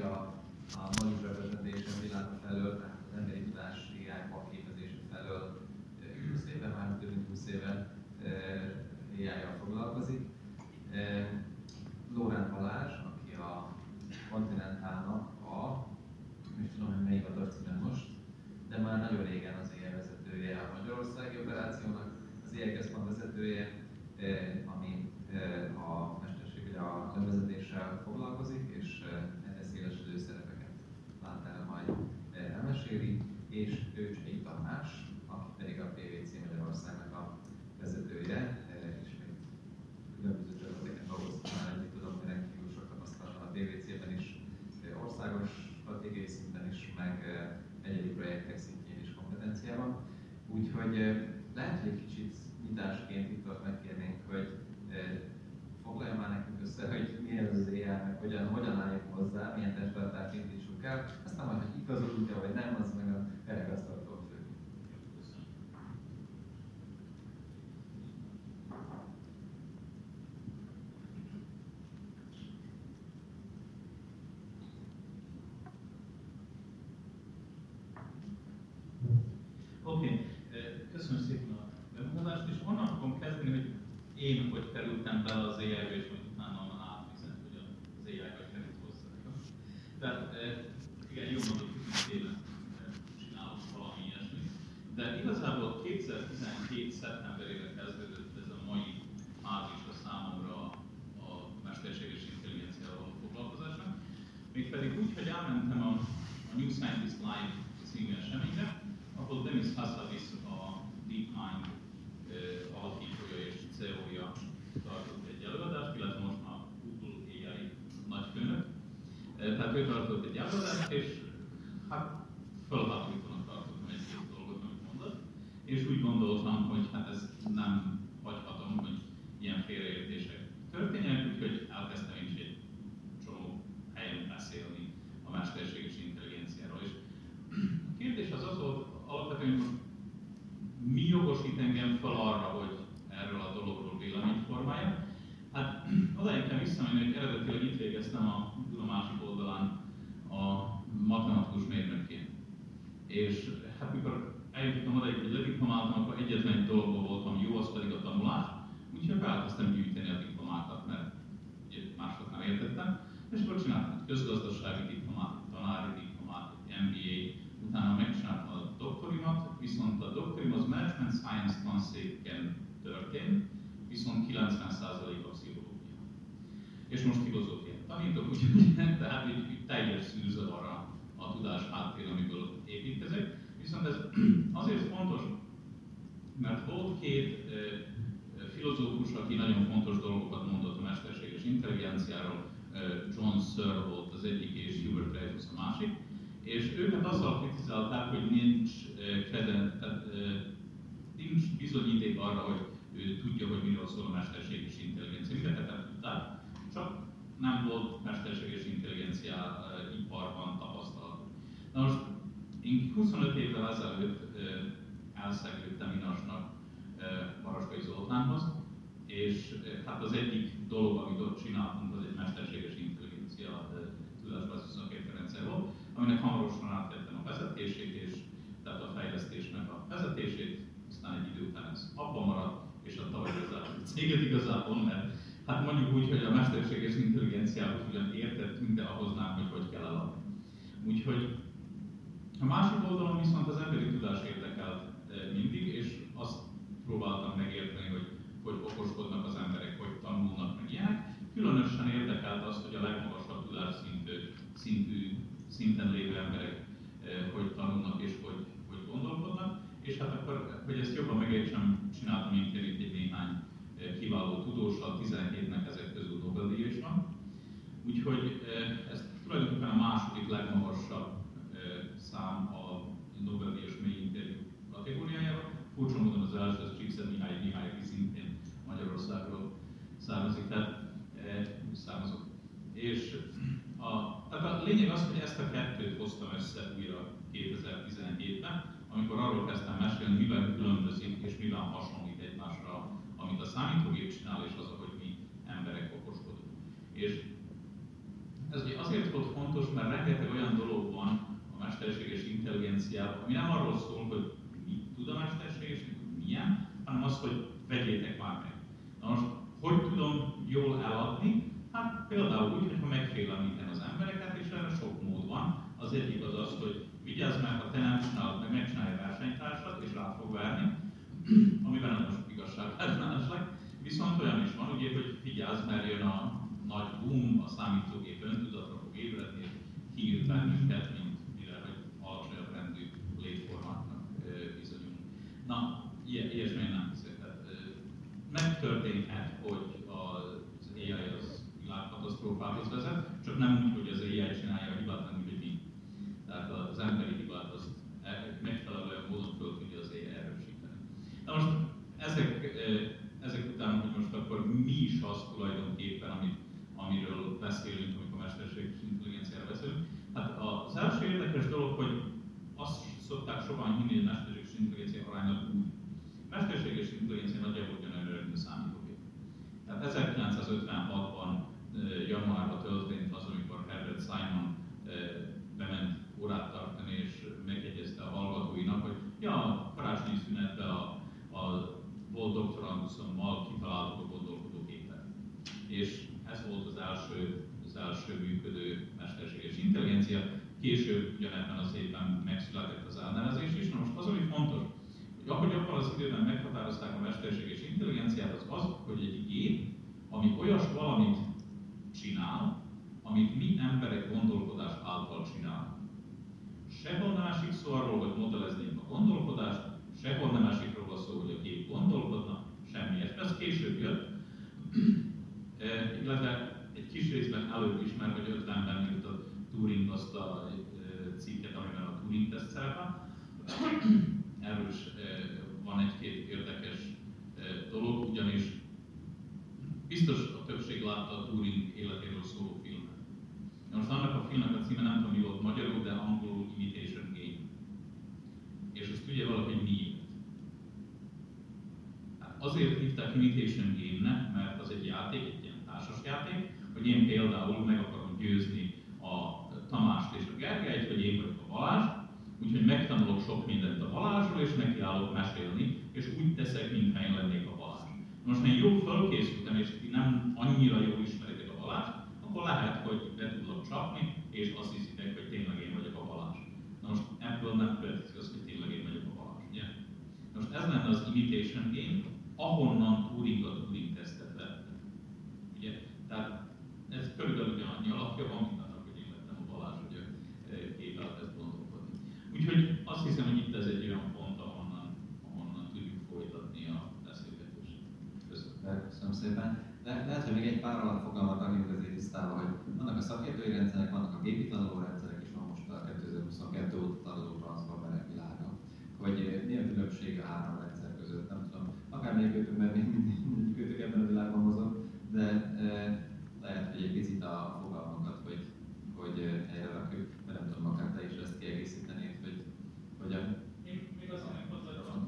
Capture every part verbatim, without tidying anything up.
a, a knowledge representation világa felől, tehát az emberi tudás á i képezése felől húsz éve, már több mint húsz éve á i-jal foglalkozik. Lórend Balázs, aki a Continentalnak a, nem is tudom, hogy melyik a tartcímen most, de már nagyon régen az á i vezetője a Magyarországi Operációnak, az á i központ vezetője, ami a mesterség, a önvezetéssel foglalkozik, és ennek szélesedő szerepeket lát el, majd elmeséli, és ő Csei Tamás, aki pedig a pé vé cé Magyarországnak a vezetője, és még különböző területeken dolgoztak már együtt, tudom, hogy rendkívül sok tapasztalat a pé vé cében is, országos stratégiai szinten is, meg egyedi projektek szintjén is kompetenciában. Úgyhogy lehet, hogy egy kicsit nyitásként Viktor megkérnénk, hogy foglalja már nekünk össze, hogy milyen az az á i, meg hogyan, hogyan álljunk hozzá, milyen testtartást indítsunk el, aztán majd, hogy igazolunk-e vagy nem, az meg a kerekasztaltól függ. Oké, okay. Köszönöm szépen a bemutatást, és onnan fogom kezdeni, hogy én hogy kerültem bele az á i-be, és hogy utána átviszem, hogy az á i-be került hozzá. Tehát igen, jó mondod, hogy éve csinálok valami ilyesmit, de igazából kétezer-tizenkét szeptemberére kezdődött ez a mai fázis a számomra a mesterséges intelligenciával foglalkozásnak. Mégpedig úgy, hogy elmentem a, a New Scientist Live című eseményre, ahol Demis Hassabis, a DeepMind uh, alapítója és cé e o-ja tartott egy előadást, illetve most már Google á i nagyfőnök. Uh, tehát ő tartott egy előadást, és hát felháborítónak tartottam egy-két dolgot, amit mondott, és úgy gondoltam, hogy hát ez nem hagyhatom, hogy ilyen félreértések történjenek, úgyhogy elkezdtem is egy csomó helyen beszélni a mesterséges intelligenciáról. És a kérdés az az volt, alapvetően most mi jogosít engem fel arra, hogy erről a dologról véleményt formáljak? Hát odáig kell visszamenni, hogy eredetileg itt végeztem a a másik oldalán a matematikus mérnökként. És hát mikor eljutottam odaig, hogy lediplomáltam, akkor egyetlen egy dologból voltam jó, az pedig a tanulás. Úgyhogy elkezdtem gyűjteni a diplomákat, mert mások nem értettem. És akkor csináltam egy közgazdasági diplomát, egy tanári diplomát, egy em bé á, utána megcsináltam a doktorimat, viszont a doktorim az Management Science tanszéken történt, viszont kilencven százalék a pszichológia. És most filozófiát tanítok, úgyhogy tehát egy teljes szűrzavar a tudás háttér, amiből építkezek. Viszont ez azért fontos, mert volt két e, filozófus, aki nagyon fontos dolgokat mondott a mesterséges intelligenciáról, e, John Searle volt az egyik, és Hubert Dreyfus a másik. És őket azzal kritizálták, hogy nincs, kreden, tehát, nincs bizonyíték arra, hogy ő tudja, hogy miről szól a mesterséges intelligencia. Mindeket tudták, csak nem volt mesterséges intelligencia iparban tapasztalat. Na most én huszonöt évvel ezelőtt elszegődtem Inasnak Maraskai Zoltánhoz, és hát az egyik dolog, amit ott csináltunk, az egy mesterséges intelligencia tudásbázis szakértőrendszer volt, aminek hamarosan átvettem a vezetését, és tehát a fejlesztésnek a vezetését, aztán egy idő után ez abban maradt, és adta vagy az a céget igazából, mert hát mondjuk úgy, hogy a mesterséges intelligenciához ugyan értettünk, de ahhoz nem, hogy hogy kell eladni. Úgyhogy a másik oldalon viszont az emberi tudás érdekelt mindig, és azt próbáltam megérteni, hogy hogy okoskodnak az emberek, hogy tanulnak meg ilyenek. Különösen érdekelt az, hogy a legmagasabb tudásszintű szintű, szinten lévő emberek hogy tanulnak és hogy, hogy gondolkodnak. És hát akkor, hogy ezt jobban megértsem, csináltam én itt egy néhány kiváló tudóssal, tizenhétnek ezek közül Nobel-díj is van. Úgyhogy ez tulajdonképpen a második legmagasabb szám a Nobel-díjas mély interjú kategóriájában. Furcsa módon az első, az Csíkszer Mihály Mihály, aki szintén Magyarországról származik, tehát származott. És a, tehát a lényeg az, hogy ezt a kettőt hoztam össze újra kétezer-tizenhétben, amikor arról kezdtem mesélni, mivel különbözik és mivel hasonlít egymásra, amit a számítógép csinál, és az, hogy mi emberek okoskodunk. És Ez ugye azért volt fontos, mert rengeteg olyan dolog van a mesterséges intelligenciában, ami nem arról szól, hogy mit tud a mesterséges, hogy milyen, hanem az, hogy vegyétek már meg. Na most, hogy tudom jól eladni? Hát például úgy, hogyha megfélemlítem az embereket, és erre sok mód van. Az egyik az az, hogy vigyázz meg, ha te nem csinálod meg, megcsinálj a versenytársat, és rá fog verni, amiben nem most igazságátlanásnak. Viszont olyan is van, ugye, hogy vigyázz, mert jön a nagy boom, a számítógép öntudatra fog ébredni, és kiírt bennünket, mint mire, hogy alacsonyabb rendű létformáknak bizonyul. Na, ilyesmilyen nem hiszek. Tehát, megtörténhet, hogy az á i az világkatasztrófához vezet, csak nem úgy, hogy az á i csinálja a hibát, nem úgy, hogy mi. Tehát az emberi hibát azt megfelelően módon föl tudja az á i erősíteni. Na most ezek, ezek után, hogy most akkor mi is az tulajdonképpen, amit, amiről beszélünk, amikor mesterséges intelligenciára beszélünk. Hát az első érdekes dolog, hogy azt szokták sokan hinni, hogy mesterséges intelligencia aránylag úgy. Mesterséges intelligencia nagyjából ugyanolyan öreg, mint a számítógép. Tehát ezerkilencszázötvenhatban januárban történt az, amikor Herbert Simon bement órát tartani, és megjegyezte a hallgatóinak, hogy ja, a karácsonyi szünetben a, a volt doktoranduszommal kitaláltuk a gondolkodógépet. És ez volt az első, az első működő mesterséges intelligencia. Később ugyanebben az évben megszületett az elnevezés is. Na most az, ami fontos, hogy ahogy abban az időben meghatározták a mesterséges intelligenciát, az az, hogy egy gép, ami olyas valamit csinál, amit mi emberek gondolkodás által csinál. Sehol nem esik szó arról, hogy modelleznénk a gondolkodást, sehol nem esik róla szó, hogy a gép gondolkodna, semmi. Ez később jött, e, illetve egy kis részben előbb is, mert hogy ötvenben írt a Turing azt a e, cikket, amiben a Turing-teszt szerepel. Erről is e, van egy-két érdekes e, dolog, ugyanis biztos a többség látta a Turing életéről szóló filmet. Most annak a filmnek a címe nem tudom, mi volt magyarul, de angolul Imitation Game. És azt tudja valaki, hogy miért? Hát azért hívták Imitation Game-nek, mert az egy játék, egy ilyen társas játék, hogy én például meg akarom győzni a Tamást és a Gergelyt, hogy én vagyok a Balázs, úgyhogy megtanulok sok mindent a Balázsról, és nekiállok mesélni, és úgy teszek, mintha én lennék a Balázs. Most én jól fölkészültem, és ti nem annyira jól ismeritek a Balázst, akkor lehet, hogy be tudok csapni, és azt hiszitek, hogy tényleg én vagyok a Balázs. Na most ebből nem következik az, hogy tényleg én vagyok a Balázs, ugye? Most ez lenne az Imitation Game, ahonnan Turing a Turing-tesztet vette. Ugye? Tehát ez körülbelül ugyanannyi alapja van, mint annak, hogy én lettem a Balázs, hogy képelt ezt gondolkodni. Úgyhogy azt hiszem, hogy itt ez egy olyan pont, ahonnan, ahonnan tudjuk folytatni a beszélgetést. Köszönöm. Köszönöm szépen. Le, lehet, hogy még egy pár alapfogalmat rakjunk azért tisztába, hogy vannak a szakértői rendszerek, vannak a gépi tanuló rendszerek, és van most a kétezer-huszonkettő óta tanuló transformerek világa. Hogy mi a különbség a három rendszer között, nem tudom. Akármelyik őtökben mindegyik őtök ebben a világban mozog, de e, lehet, hogy egy picit a fogalmakat, hogy, hogy helyre rakjuk, mert nem tudom, akár te is ezt kiegészítenéd, hogy hogyan. Én még azt nem hozzá,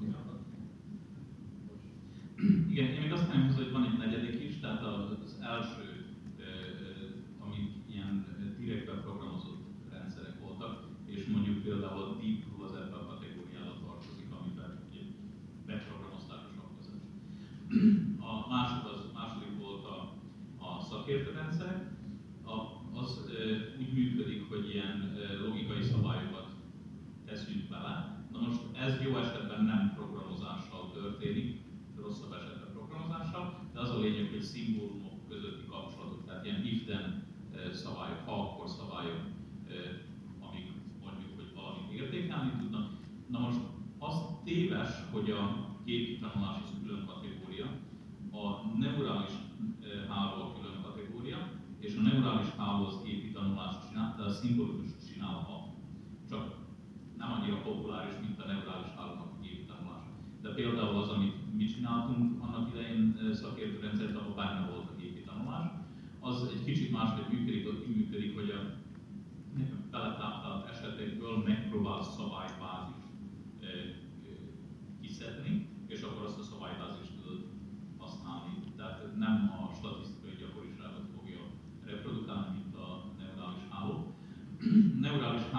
igen, én még azt nem hozzá, hogy van egy negyedik is, tehát az első, amik ilyen direktbe programozott rendszerek voltak, és mondjuk például a Deep Blue az ebben a kategóriába tartozik, amiben beprogramozták a sakkozást. A másod az, második volt a, a szakértőrendszer, a, az e, úgy működik, hogy ilyen e, logikai szabályokat teszünk bele. Na most ez jó esetben nem programozással történik, rosszabb esetben programozással, de az a lényeg, hogy szimbólumok közötti kapcsolatok, tehát ilyen if-then szabályok, ha akkor szabályok, amik mondjuk, hogy valamit értékelni tudnak. Na most az téves, hogy a gépi tanulás az külön kategória, a neurális háló a külön kategória, és a neurális háló az gépi tanulást csinál, de a szimbolikus csinálhat. Csak nem annyira populáris, mint a neurális hálónak a gépi tanulás. De például az, amit mi csináltunk annak idején szakértőrendszert, ahol benne volt a gépi tanulás, az egy kicsit máshogy működik, ott úgy működik, hogy a beletáplált esetekből megpróbál szabálybázist e, e, kiszedni, és akkor azt a szabálybázist tudod használni. Tehát nem a statisztikai gyakoriságot fogja reprodukálni, mint a neurális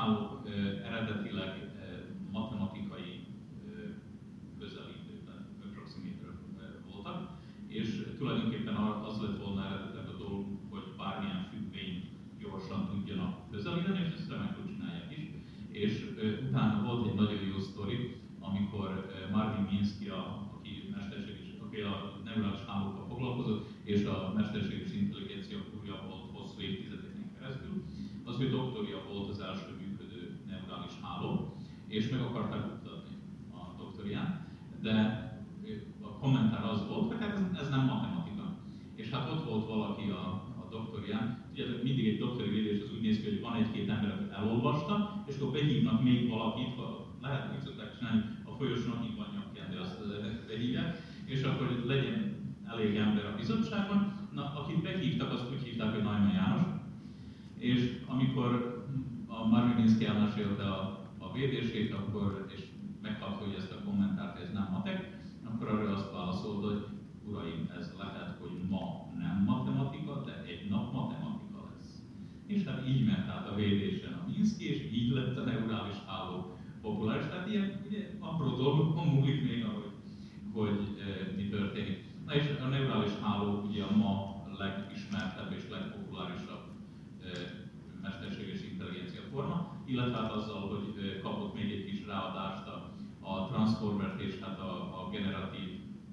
hálók eredetileg matematikai közelítők, approximator voltak, és tulajdonképpen az lett volna eredetileg a dolog, hogy bármilyen függvényt gyorsan tudjanak közelíteni, és ezt remekül csinálják is. És utána volt egy nagyon jó sztori, amikor Marvin Minsky, aki mesterséges, aki a neurális hálókkal foglalkozott, és a mesterséges intelligencia gurúja volt hosszú évtizedeken keresztül, az ő doktorja volt az első működő neurális háló, és meg akarták kutatni a doktorián, de a kommentár az volt, hogy hát ez, ez nem matematika. És hát ott volt valaki a, a doktorián, ugye mindig egy doktori védés az úgy néz ki, hogy van egy-két ember, akit elolvasta, és akkor behívnak még valakit, ha lehet, hogy szokták csinálni, a folyosón akik van nyakkendő, azt behívják, és akkor legyen elég ember a bizottságban. Na, akit behívtak, azt úgy hívták, hogy Neumann János. És amikor a Marvin Minsky elmesélte a, a védését, akkor, és megkapta, hogy ezt a kommentárt, ez nem matek, akkor arra azt válaszolt, hogy uraim, ez lehet, hogy ma nem matematika, de egy nap matematika lesz. És hát így ment át a védésen a Minsky, és így lett a neurális háló populáris. Tehát ilyen ugye, apró dolgokon múlik még, ahogy, hogy e, mi történik. Na és a neurális háló ugye a ma legismertebb és legpopulárisabb e, mesterséges intelligencia forma, illetve hát azzal, hogy e, kapott még egy kis ráadást a, a transformert és hát a, a generatív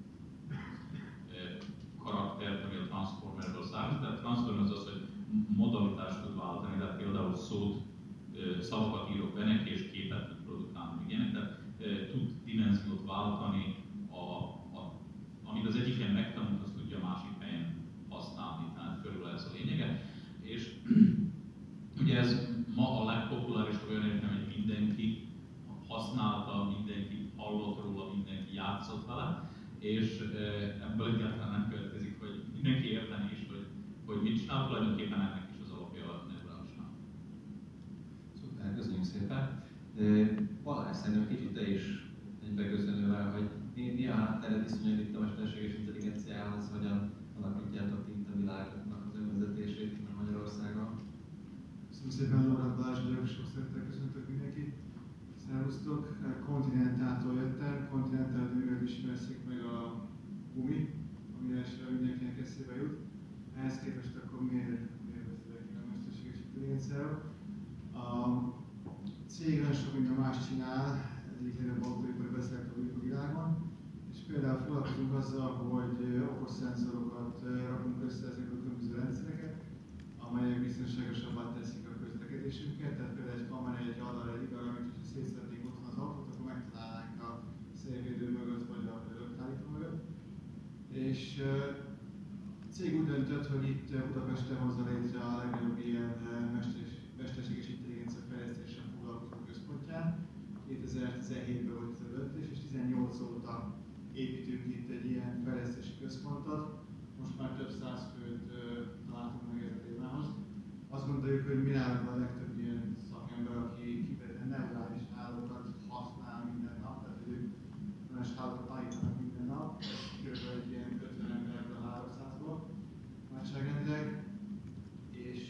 e, karaktert, ami a transformerből származik. Tehát a transformer az az, hogy modalitást tud váltani, tehát például szót, e, szavakat írok be neki és képet tud produkálni, ilyenek, tehát e, tud dimenziót váltani, a, a, amit az egyik helyen megtanult, azt tudja a másik helyen használni, tehát körül ez a lényege. És ugye ez ma a legpopulárisabb olyan értem, hogy mindenki használta, mindenki hallott róla, mindenki játszott vele, és ebből egyáltalán nem következik, hogy mindenki érteni is, hogy, hogy mit csinál, tulajdonképpen ennek is az alapja a neurális háló. Szuper, köszönjük szépen. Balázs, szerintem kicsit te is egybeköszönővel, hogy mi, mi a háttered viszonylag itt a mesterséges intelligenciához, hogyan alakítjátok itt a világnak az önvezetését Magyarországon? Köszönöm szépen, Lóránt Balázs vagyok, sok szeretettel köszöntök mindenkit. Szervusztok, Continentától jöttem, Continental néven ismerszik meg a Gumi, ami elsőre mindenkinek eszébe jut. Ehhez képest akkor miért, miért beszélek én a mesterséges intelligenciáról? A cég nagyon sok minden más csinál, egyik legnagyobb autóipari beszállító a világon, és például foglalkozunk azzal, hogy okos szenzorokat rakunk össze ezekből a különböző rendszereket, amelyek biztonságosabbá teszik a közlekedésünket, tehát például egy kamera, egy radar, egy idar, amit ha szétszednénk otthon az autót, akkor megtalálnánk a szélvédő mögött vagy a előttállító mögött. És a cég úgy döntött, hogy itt Budapesten hozza létre a legnagyobb ilyen mesterséges intelligencia fejlesztéssel foglalkozó központján. kétezer-tizenhétben volt ez a döntés, és tizennyolc óta építünk itt egy ilyen fejlesztési központot. Most már több száz főt találtunk meg ez a témához. Azt gondoljuk, hogy mi nálunk a legtöbb ilyen szakember, aki kifejezetten neurális hálókat használ minden nap, tehát hogy ők neurális hálókat állítanak minden nap, kb. Egy ilyen ötven emberből háromszázból nagyságrendileg. És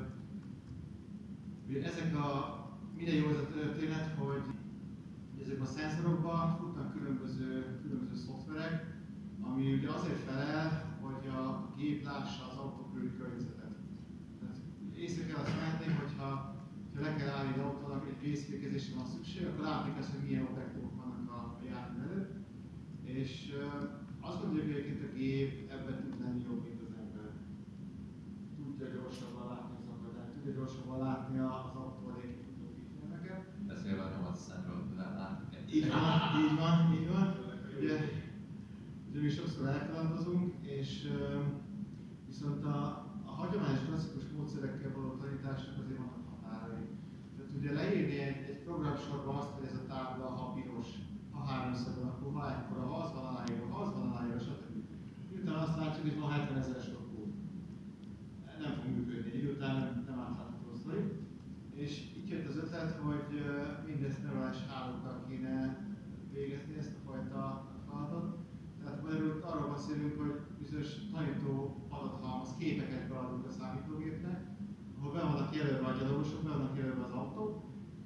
uh, ezek a, minden jó ez a történet, hogy ezekben a szenzorokban futnak különböző, különböző szoftverek, ami ugye azért felel, hogy a gép lássa az autó körüli környezetet. Tehát észre kell azt venni, hogyha ha le kell állni az autónak, egy vészfékezésre van szükség, akkor látni kell, hogy milyen objektumok vannak a, a jármű előtt. És uh, azt gondoljuk, hogy egyébként a gép ebben tud lenni jobb, mint az ember. Tudja gyorsabban látni az akadályt, tudja gyorsabban látni az autó elég futó figyelmeket. Beszélve a nyolcszázról, látni kell. Így van, így van, így van. Ugye, ugye mi sokszor elkalandozunk, és uh, viszont a, a hagyományos klasszikus módszerekkel való tanításnak azért vannak határai. Tehát ugye leírni egy, egy programsorban azt, hogy ez a tábla, ha piros, ha háromszor van, akkor ha ekkora, ha az van aláírva, ha az van aláírva, stb. Miután azt látjuk, hogy van hetvenezer sok kód. Nem fog működni, egy idő után nem, nem átlátható a sztori. És így jött az ötlet, hogy mindezt neurális hálókkal kéne végezni ezt a fajta feladatot. Tehát magyarul arról beszélünk, hogy bizonyos tanító adathalmaz, képeket beadunk a számítógépnek, ahol be vannak jelölve a gyalogosok, be vannak jelölve az autók,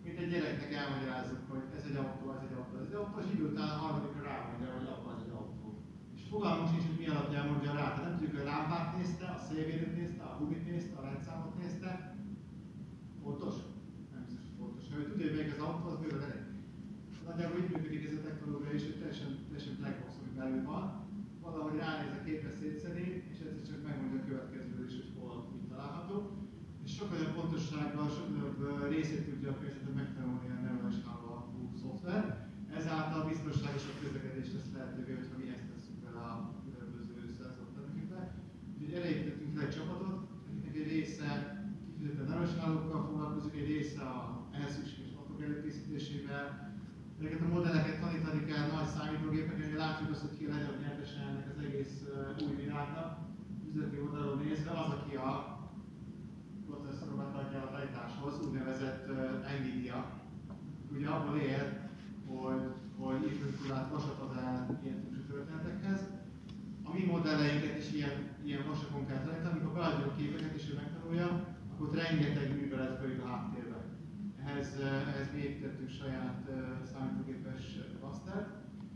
mint egy gyereknek elmagyarázzuk, hogy ez egy autó, ez egy autó, ez egy autó, és idő után a harmadikra rámondja, hogy apa, ez egy autó. És fogalmunk sincs, hogy mi alapján mondja rá. Tehát nem tudjuk, hogy a lámpát nézte, a szélvédőt nézte, a gumit nézte, a rendszámot nézte. Fontos? Nem biztos, hogy fontos. Ha ő tudja, hogy melyik az autó, az bőven elég. Nagyjából így működik ez a technológia is, hogy teljesen, teljesen black box, ami belül van. Valahogy ránéz a képre, szétszedi, és egyszer csak megmondja a következőről is, hogy hol mit található. És sok olyan pontossággal, sok nagyobb részét tudja a környezetet megtanulni a neurális háló alapú szoftver. Ezáltal biztonságosabb közlekedést lesz lehetővé, hogyha mi ezt tesszük vele a különböző szenzortermékekbe. Úgyhogy elépítettünk fel egy csapatot, akiknek egy része kifejezetten neurális hálókkal foglalkozik, egy része a ehhez szükséges adatok előkészítésével. Ezeket a modelleket tanítani kell nagy számítógépeken, hogy látjuk azt, hogy ki a legnagyobb nyertese ennek az egész uh, új világnak. Üzleti oldalról nézve az, aki a processzorokat adja a tanításhoz, úgynevezett uh, Nvidia. Ugye abból él, hogy, hogy infrastruktúrát vasat ad el ilyen típusú történetekhez. A mi modelleinket is ilyen, ilyen vasakon kell tanítani, amikor beadjuk a képeket és ő megtanulja, akkor rengeteg művelet folyik a háttérben. Ehhez, ehhez mi építettünk saját uh, számítógépes clustert.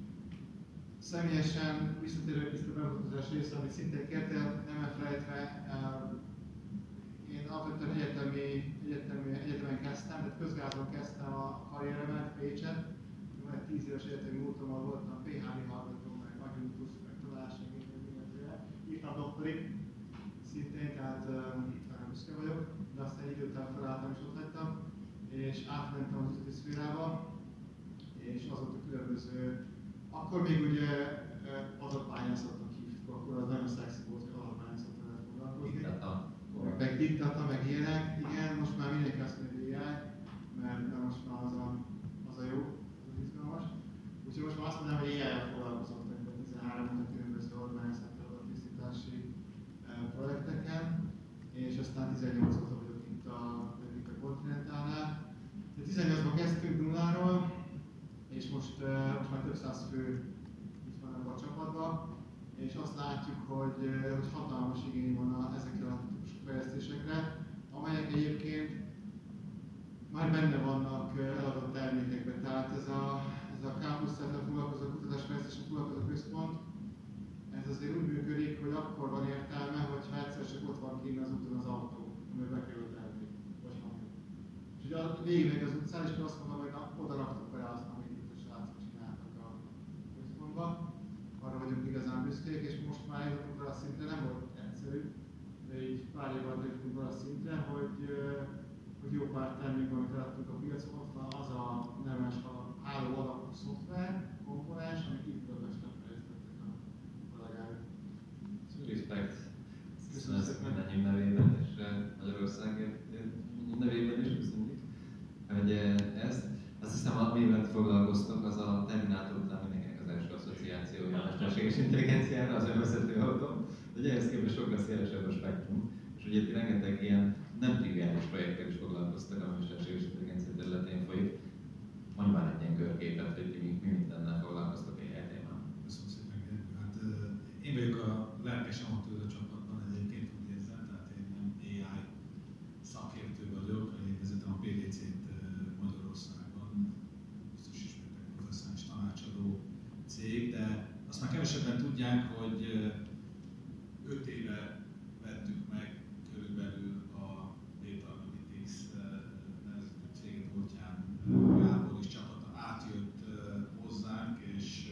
Személyesen visszatérő biztos bemutatkozás része, amit szintén kértél, nem elfelejtve, uh, én alapvetően egyetemi, egyetemi, egyetemen kezdtem, tehát közgázon kezdtem a karrieremet, Pécset. Van egy tíz éves egyetemi múltammal voltam pé há dé hallgató, meg Magnus, meg tanulás, meg mindenféle. Írtam doktorig, szintén, tehát nagyon büszke vagyok, de aztán egy idő után felálltam és ott hagytam, és átmentem az üzleti szférába, és azóta különböző, akkor még ugye adatbányászatnak hívtuk, akkor az nagyon szexi volt, hogy adatbányászattal lehet foglalkozni. Diktata. Meg diktata, meg ilyenek, igen, most már mindenki azt mondja, hogy á i, mert, mert most már az a, az a jó, az a izgalmas. Úgyhogy most már azt mondanám, hogy á i-jel foglalkozom, tehát tizenhárom óta különböző adatbányászati adattisztítási projekteken, és aztán tizennyolc óta vagyok itt a, a Continentalnál. tizennyolcban kezdtünk nulláról, és most, uh, most már több száz fő itt van ebben a csapatban, és azt látjuk, hogy, uh, hogy hatalmas igény van a, ezekre a típusú fejlesztésekre, amelyek egyébként már benne vannak uh, eladott termékekben. Tehát ez a, ez a Campus-szel foglalkozó kutatásfejlesztésen foglalkozó központ, ez azért úgy működik, hogy akkor van értelme, hogyha egyszer csak ott van kint az úton az autó, amiben bekerül a termék, vagy hangja. És ugye végigmegy az utcán, és azt mondom, hogy na, oda raktuk be azt, amit itt a srácok csináltak a központba. Arra vagyunk igazán büszkék, és most már eljutottunk arra a szintre, nem volt egyszerű, de így pár év alatt eljutottunk arra a szintre, hogy, hogy jó pár termék, amit eladtunk a piacon, ott van az a neves háló alapú szoftver, komponens, amit itt Budapesten fejlesztettek a kollégájuk. Respekt. Köszönöm szépen mindannyiunk nevében, és Magyarország nevében is köszönjük, hogy ezt. Azt hiszem, amivel foglalkoztok, az a Terminátor után mindenkinek az első asszociációja a mesterséges intelligenciára, az önvezető autó. Ugye ehhez képest sokkal szélesebb a spektrum, és ugye itt rengeteg ilyen nem triviális projekttel is foglalkoztak a mesterséges intelligencia területén folyik. Mondj már egy ilyen körképet, hogy ti mi, mi mindennel foglalkoztok a témában. Köszönöm szépen, Gergő. Hát én vagyok a lelkes amatőr a csapatban, egyébként úgy érzem, tehát én nem á i szakértő vagyok, én vezetem a pé dé cét Magyarországon, biztos ismertek, professzionális tanácsadó cég, de azt már kevesebben tudják, hogy öt éve vettük meg körülbelül a Data Analytics nevezetű céget, Oltyán Gábor és csapata átjött hozzánk, és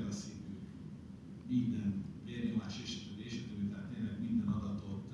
veszélyük, minden vérnyomás és a többi, és a többi, tehát tényleg minden adatot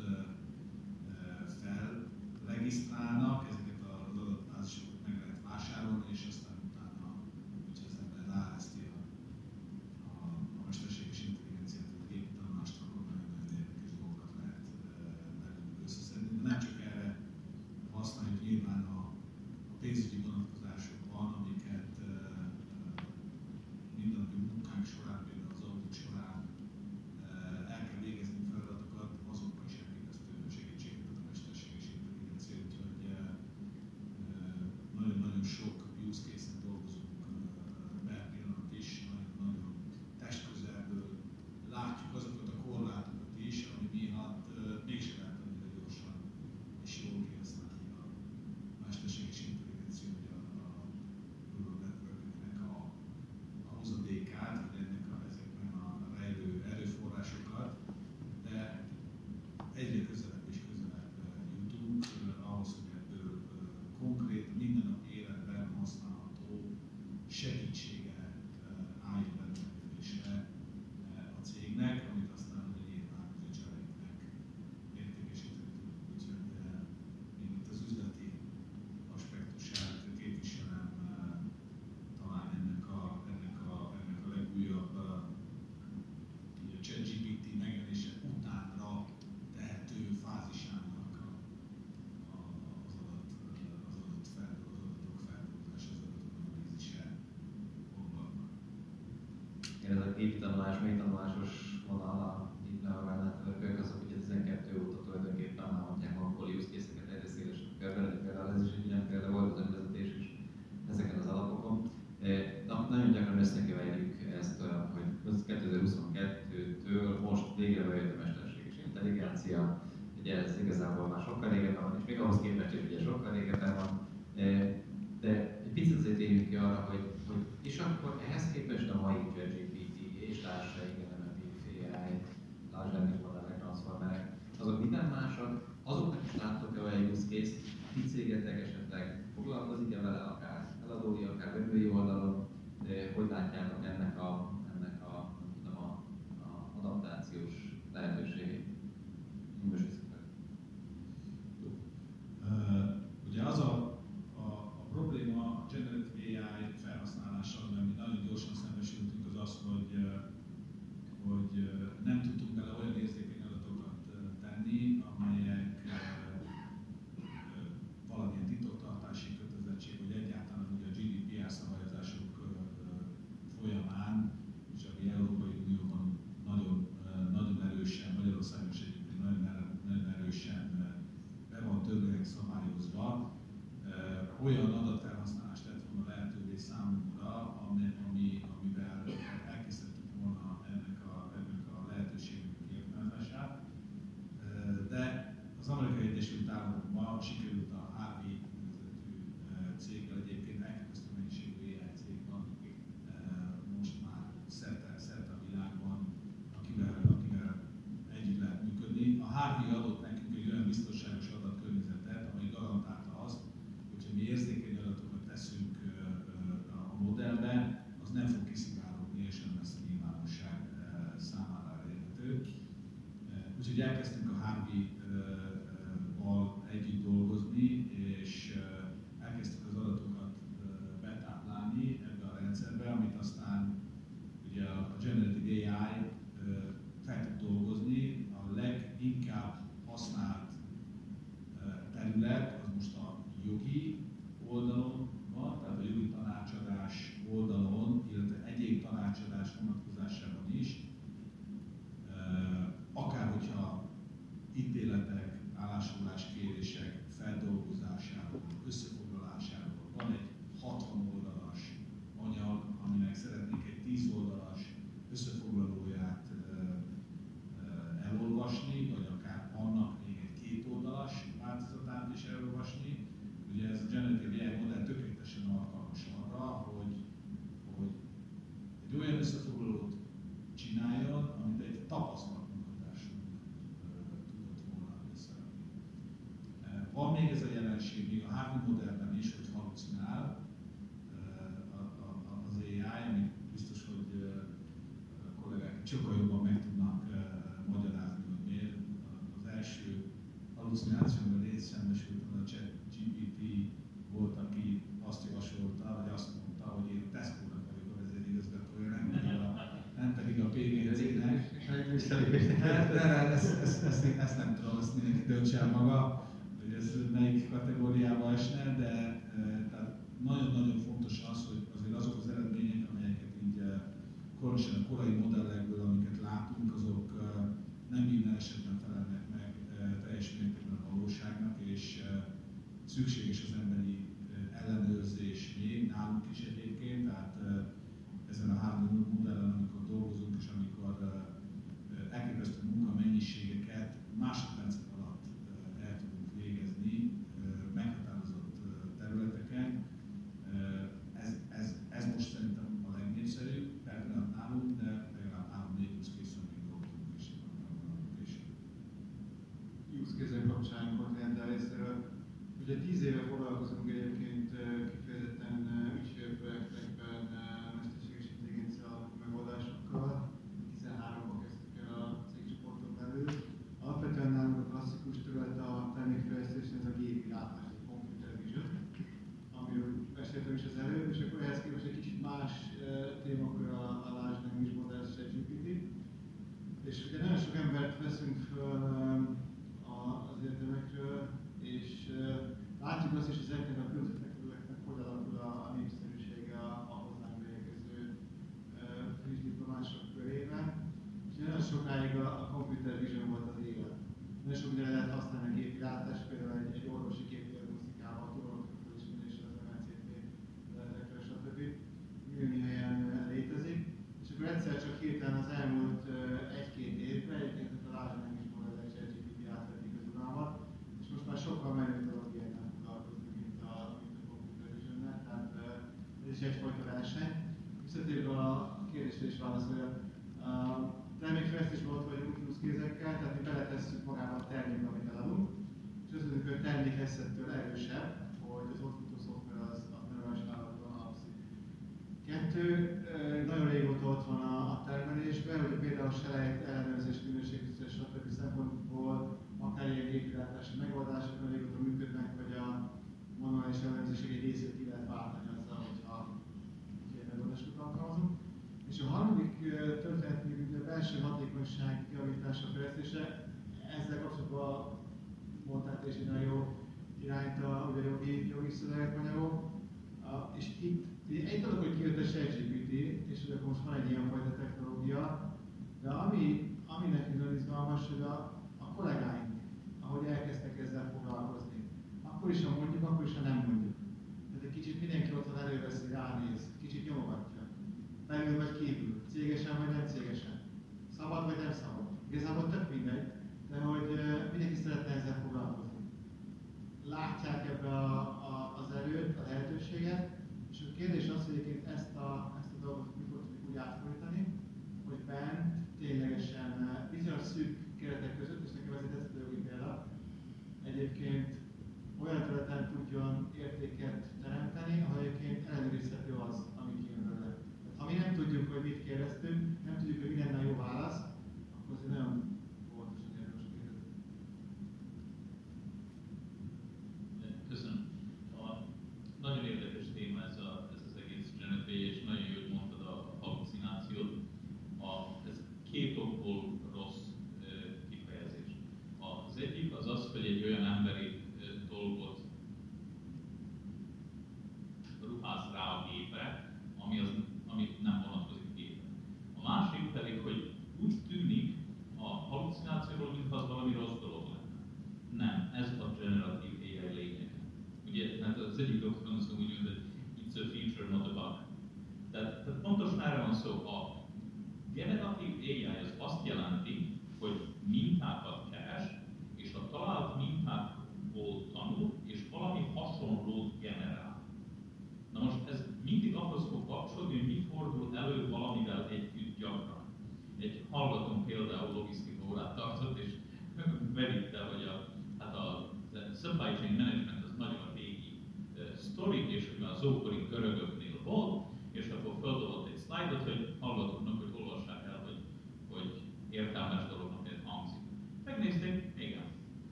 felregisztrálnak, ezeket az adatbázisokat meg lehet vásárolni, és aztán utána, hogyha az ember ráereszti a, a, a mesterséges intelligenciát, vagy a gépi tanulást, akkor nagyon-nagyon érdekes dolgokat lehet belőlük összeszedni. De nem csak erre használjuk, nyilván a, a pénzügyi vonatkozásokban, amiket mindennapi munkánk során, például az audit során el kell végezni feladatokat, azokban is elképesztő segítséget ad a mesterséges intelligencia, úgyhogy nagyon-nagyon sok use case-en dolgozunk per pillanat is, nagyon-nagyon testközelből látjuk azokat a korlátokat is, ami miatt mégsem lehet annyira gyorsan és jól kihasználni a mesterséges intelligencia, vagy a, a neural network-nek a, a hozadékát, vagy ennek a, ezekben a rejlő erőforrásokat, de egyre közelebb és közelebb jutunk ahhoz, hogy ebből konkrét, mindennapi életben használható segítsége álljon rendelkezésre a cégnek, amit aztán nyilván az há er-eknek értékesíteni tudunk. Úgyhogy én itt az üzleti aspektusát képviselem talán ennek a, ennek a, ennek a legújabb a ChatGPT megjelenése utánra tehető fázisának a, a, az adat, az adat fel, az adatok feldolgozása, az adatok analízise foglalnak. Igen, ez a gépi tanulás, mély tanulásos vonal, a deep neural network-ök, azok ugye tizenkettő óta tulajdonképpen már mondják magukból use case-eket egyre szélesebb körben, de például ez is egy ilyen példa volt, az önvezetés is ezeken az alapokon. Na, nagyon gyakran összekeverjük ezt, hogy kétezer-huszonkettőtől most végre bejött a mesterséges intelligencia, ugye ez igazából már sokkal régebben van, és még ahhoz képest is ugye sokkal régebben van, de egy picit azért térjünk ki arra, hogy, hogy és akkor ehhez képest a mai ChatGPT és társai, en el pé, á i, large language modellek, transformerek, azok minden másak, azoknak is láttok-e olyan use case-t, ti cégetek esetleg foglalkozik-e vele, akár eladói, akár vevői oldalon, de hogy látjátok ennek a, ennek a, nem tudom, a, a adaptációs lehetőségét? Uh, ugye az a, a, a probléma a generative á i felhasználással, mert mi nagyon gyorsan szembesültünk, az az, hogy, hogy nem tudtunk bele olyan érzékeny adatokat tenni, amelyek valamilyen titoktartási kötelezettség, vagy egyáltalán ugye a gé dé pé er szabályozások folyamán, és ami Európai Unióban nagyon, nagyon erősen, Magyarországon is egyébként nagyon, nagyon erősen be van törvények szabályozva, olyan adatfelhasználást tett volna lehetővé számunkra, ami, ami, amivel elkészítettük volna ennek a, ennek a lehetőségnek a kiaknázását. De az Amerikai Egyesült Államokban sikerült a Harvey nevezetű céggel, egyébként elképesztő mennyiségű á i cég van most már szerte, szerte a világban, akivel, akivel együtt lehet működni. A Harvey adott nekünk egy olyan biztonságos adatkörnyezetet, ami garantálta azt, hogyha mi érzékeny adatokat teszünk a modellbe, az nem fog kiszivárogni és nem lesz a nyilvánosság számára elérhető. Úgyhogy elkezdtünk a Harvey-val együtt dolgozni, és elkezdtük az adatokat betáplálni ebbe a rendszerbe, amit aztán ugye a Generative á i fel tud dolgozni. A leginkább használt terület az most a jogi oldalon van, tehát a jogi tanácsadás oldalon, illetve egyéb tanácsadás vonatkozásában is. Akár hogyha ítéletek, állásoláskérések feldolgozásáról, összefoglalásáról van egy hatvan oldalas anyag, aminek szeretnék egy tíz oldalas összefoglalóját elolvasni, vagy akár annak még egy két oldalas változatát is elolvasni. Ugye ez a Generative á i modell tökéletesen alkalmas arra, hogy, hogy egy olyan összefoglalót csináljon, amit egy tapasztalt munkatársunk tudott volna összerakni. Van még ez a jelenség, még a Harvey modellben is, hogy halucinál az á i, amit biztos, hogy sokkal jobban meg tudnak uh, magyarázni, hogy miért. Az első hallucinációban részszembesültem, a ChatGPT volt, aki azt javasolta, vagy azt mondta, hogy én a Tesco-nak vagyok a vezérigazgatója, nem pedig a, nem pedig a pé vé cé-nek. Ezt, ezt, ezt, ezt nem tudom, azt mindenki döntse el maga, hogy ez melyik kategóriába esne, de tehát nagyon-nagyon fontos az, hogy azért azok az eredmények, amelyeket így különösen a korai modellekből, amiket látunk, azok nem minden esetben felelnek meg teljes mértékben a valóságnak, és szükséges az emberi ellenőrzés még nálunk is egyébként, tehát ezen a három modellen, amikor dolgozunk és amikor elképesztő munkamennyiségeket másodpercek alatt el tudunk végezni meghatározott területeken. Ez, ez, ez most szerintem a legnépszerűbb, pertinent nálunk, de legalább három-négy use case-en még dolgozunk is és use case kapcsán kontinentál részéről. Ugye tíz éve foglalkozunk egyébként kifejezetten ügyfélprojektekben mesterséges intelligencia megoldásokkal. tizenháromban kezdtük el a cégcsoporton belül. Alapvetően nálunk a klasszikus terület a termékfejlesztésnél ez a gépi látás, a computer vision, amiről beszéltem is az előbb, és akkor ehhez képest egy kicsit más témakör a, a large language model ChatGPT. És ugye nagyon sok embert veszünk föl az egyetemekről, és látjuk azt is, hogy ezeknek a különböző területeknek hogy alakul a, a népszerűsége a, a hozzánk beérkező friss diplomások körében. És nagyon sokáig a, a computer vision volt az élet. Nagyon sok mindenre lehet használni a gépi látást, például egy, egy orvosi képdiagnosztikával, a tudományos felismerésre, az em er cé té lehetekre, stb. Millió helyen létezik. És akkor egyszer csak hirtelen az elmúlt egy-két évben, egyébként a large language modellek ChatGPT átvették az uralmat, és most már sokkal menőbb dolog ilyennel foglalkozni, mint a, mint a computer visionnel, tehát ez is egyfajta verseny. Visszatérve a kérdésre is válaszolja, a termékfejlesztésben ott vagyunk use case-ekkel, tehát mi beletesszük magába a termékbe, amit eladunk, és azt mondjuk, hogy a termék eszettől erősebb, hogy az ott futó szoftver az, az neveles vállalatban alapszik. Kettő, nagyon régóta ott van a, a termelésben, hogy például selejt, ellenőrzés, minőségbiztosítás, stb. Szempontból akár ilyen gépilátási megoldások nagyon régóta működnek, hogy a manuális ellenőrzések egy részét ki lehet váltani azzal, hogyha ilyen megoldásokat alkalmazunk. És a harmadik történet még a belső hatékonyság javítása, fejlesztése, ezzel kapcsolatban mondták és egy nagyon jó irányt a, a jogi, jogi szöveganyagok. És itt egy dolog, hogy kijött a ChatGPT, és hogy akkor most van egy ilyen fajta technológia, de ami, ami nekünk nagyon izgalmas, hogy a, a kollégáink, ahogy elkezdtek ezzel foglalkozni, akkor is, ha mondjuk, akkor is, ha nem mondjuk. Tehát egy kicsit mindenki otthon előveszi, ránéz, kicsit nyomogatja. Belül vagy kívül, cégesen vagy nem cégesen, szabad vagy nem szabad. Igazából tök mindegy, de hogy mindenki szeretne ezzel foglalkozni. Látják ebbe a, a, az erőt, a lehetőséget, és a kérdés az, hogy egyébként ezt a, ezt a dolgot mikor tudjuk úgy átfordítani, hogy bent ténylegesen bizonyos szűk keretek között, és nekem ez egy tetszett jogi példa, egyébként olyan területen tudjon értéket teremteni, ahol egyébként ellenőrizhető az, ami kijön belőle. Ha mi nem tudjuk, hogy mit kérdeztünk, nem tudjuk, hogy mi lenne a jó válasz, akkor azért nagyon óvatosan érdemes kérdezni. Köszönöm. A, nagyon érdekes téma ez, a, ez az egész generatív, és nagyon jól mondtad a hallucinációt. A, ez két okból rossz e, kifejezés. Az egyik az az, hogy egy olyan emberi e, dolgot ruház rá a gépre, ami az amit nem vonatkozik gépre. A másik pedig, hogy úgy tűnik a hallucinációról, mintha az valami rossz dolog lenne. Nem, ez a generatív á i lényege. Ugye, hát az egyik doktor azt mondja, hogy it's a feature, not a bug. Tehát, tehát pontosan erre van szó. A generatív á i az azt jelenti, hogy mintákat keres, és a talált mintákból tanul, és valami hasonlót generál. Na most ez mindig ahhoz fog kapcsolódni, hogy mi fordul elő valamivel együtt gyakran. Egy hallgatom például logisztika órát tartott, és bevitte, hogy a, hát a supply chain management az nagyon régi uh, sztori, és hogy az ókori görögöknél volt, és akkor feldobott egy szlájdot, hogy hallgatóknak, hogy olvassák el, hogy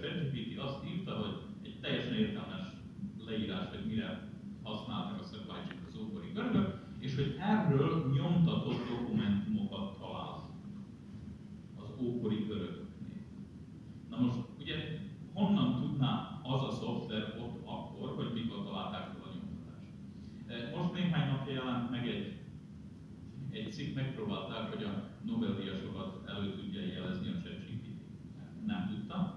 ChatGPT azt írta, hogy egy teljesen értelmes leírás, hogy mire használtak a supply chain az ókori görögök, és hogy erről nyomtatott dokumentumokat talált az ókori görögöknél. Na most ugye honnan tudná az a szoftver ott akkor, hogy mikor találták fel a nyomtatást? Most néhány napja jelent meg egy, egy cikk, megpróbálták, hogy a Nobel-díjasokat elő tudja jelezni a ChatGPT. Nem tudta.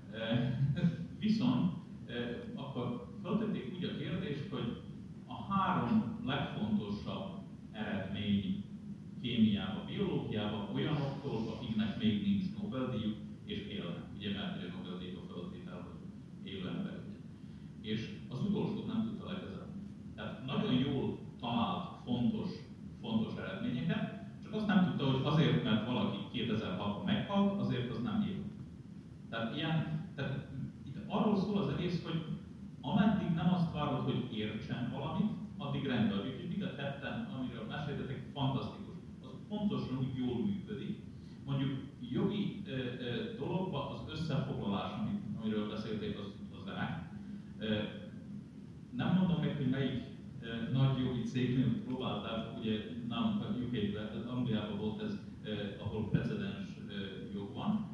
Viszont akkor feltették úgy a kérdést, hogy a három legfontosabb eredmény kémiában, biológiában olyanoktól, akiknek még nincs Nobel-díjuk, és élnek. Ugye, mert ugye Nobel-díj a feltétel, hogy élő ember ugye. És az utolsót nem tudta lekezelni. Tehát nagyon jól talált fontos, fontos eredményeket, csak azt nem tudta, hogy azért, mert valaki kétezer-hatban meghalt, azért az nem él. Tehát ilyen, tehát itt arról szól az egész, hogy ameddig nem azt várod, hogy értsen valamit, addig rendben. Úgyhogy mind a tetten, amiről meséltetek, fantasztikus. Az pontosan úgy jól működik. Mondjuk jogi e, e, dologban az összefoglalás, amit, amiről beszélték, az, az remek. E, nem mondom meg, hogy melyik e, nagy jogi cégnél próbálták, ugye nálunk a U K-ben, Angliában volt ez, e, ahol precedens e, jog van.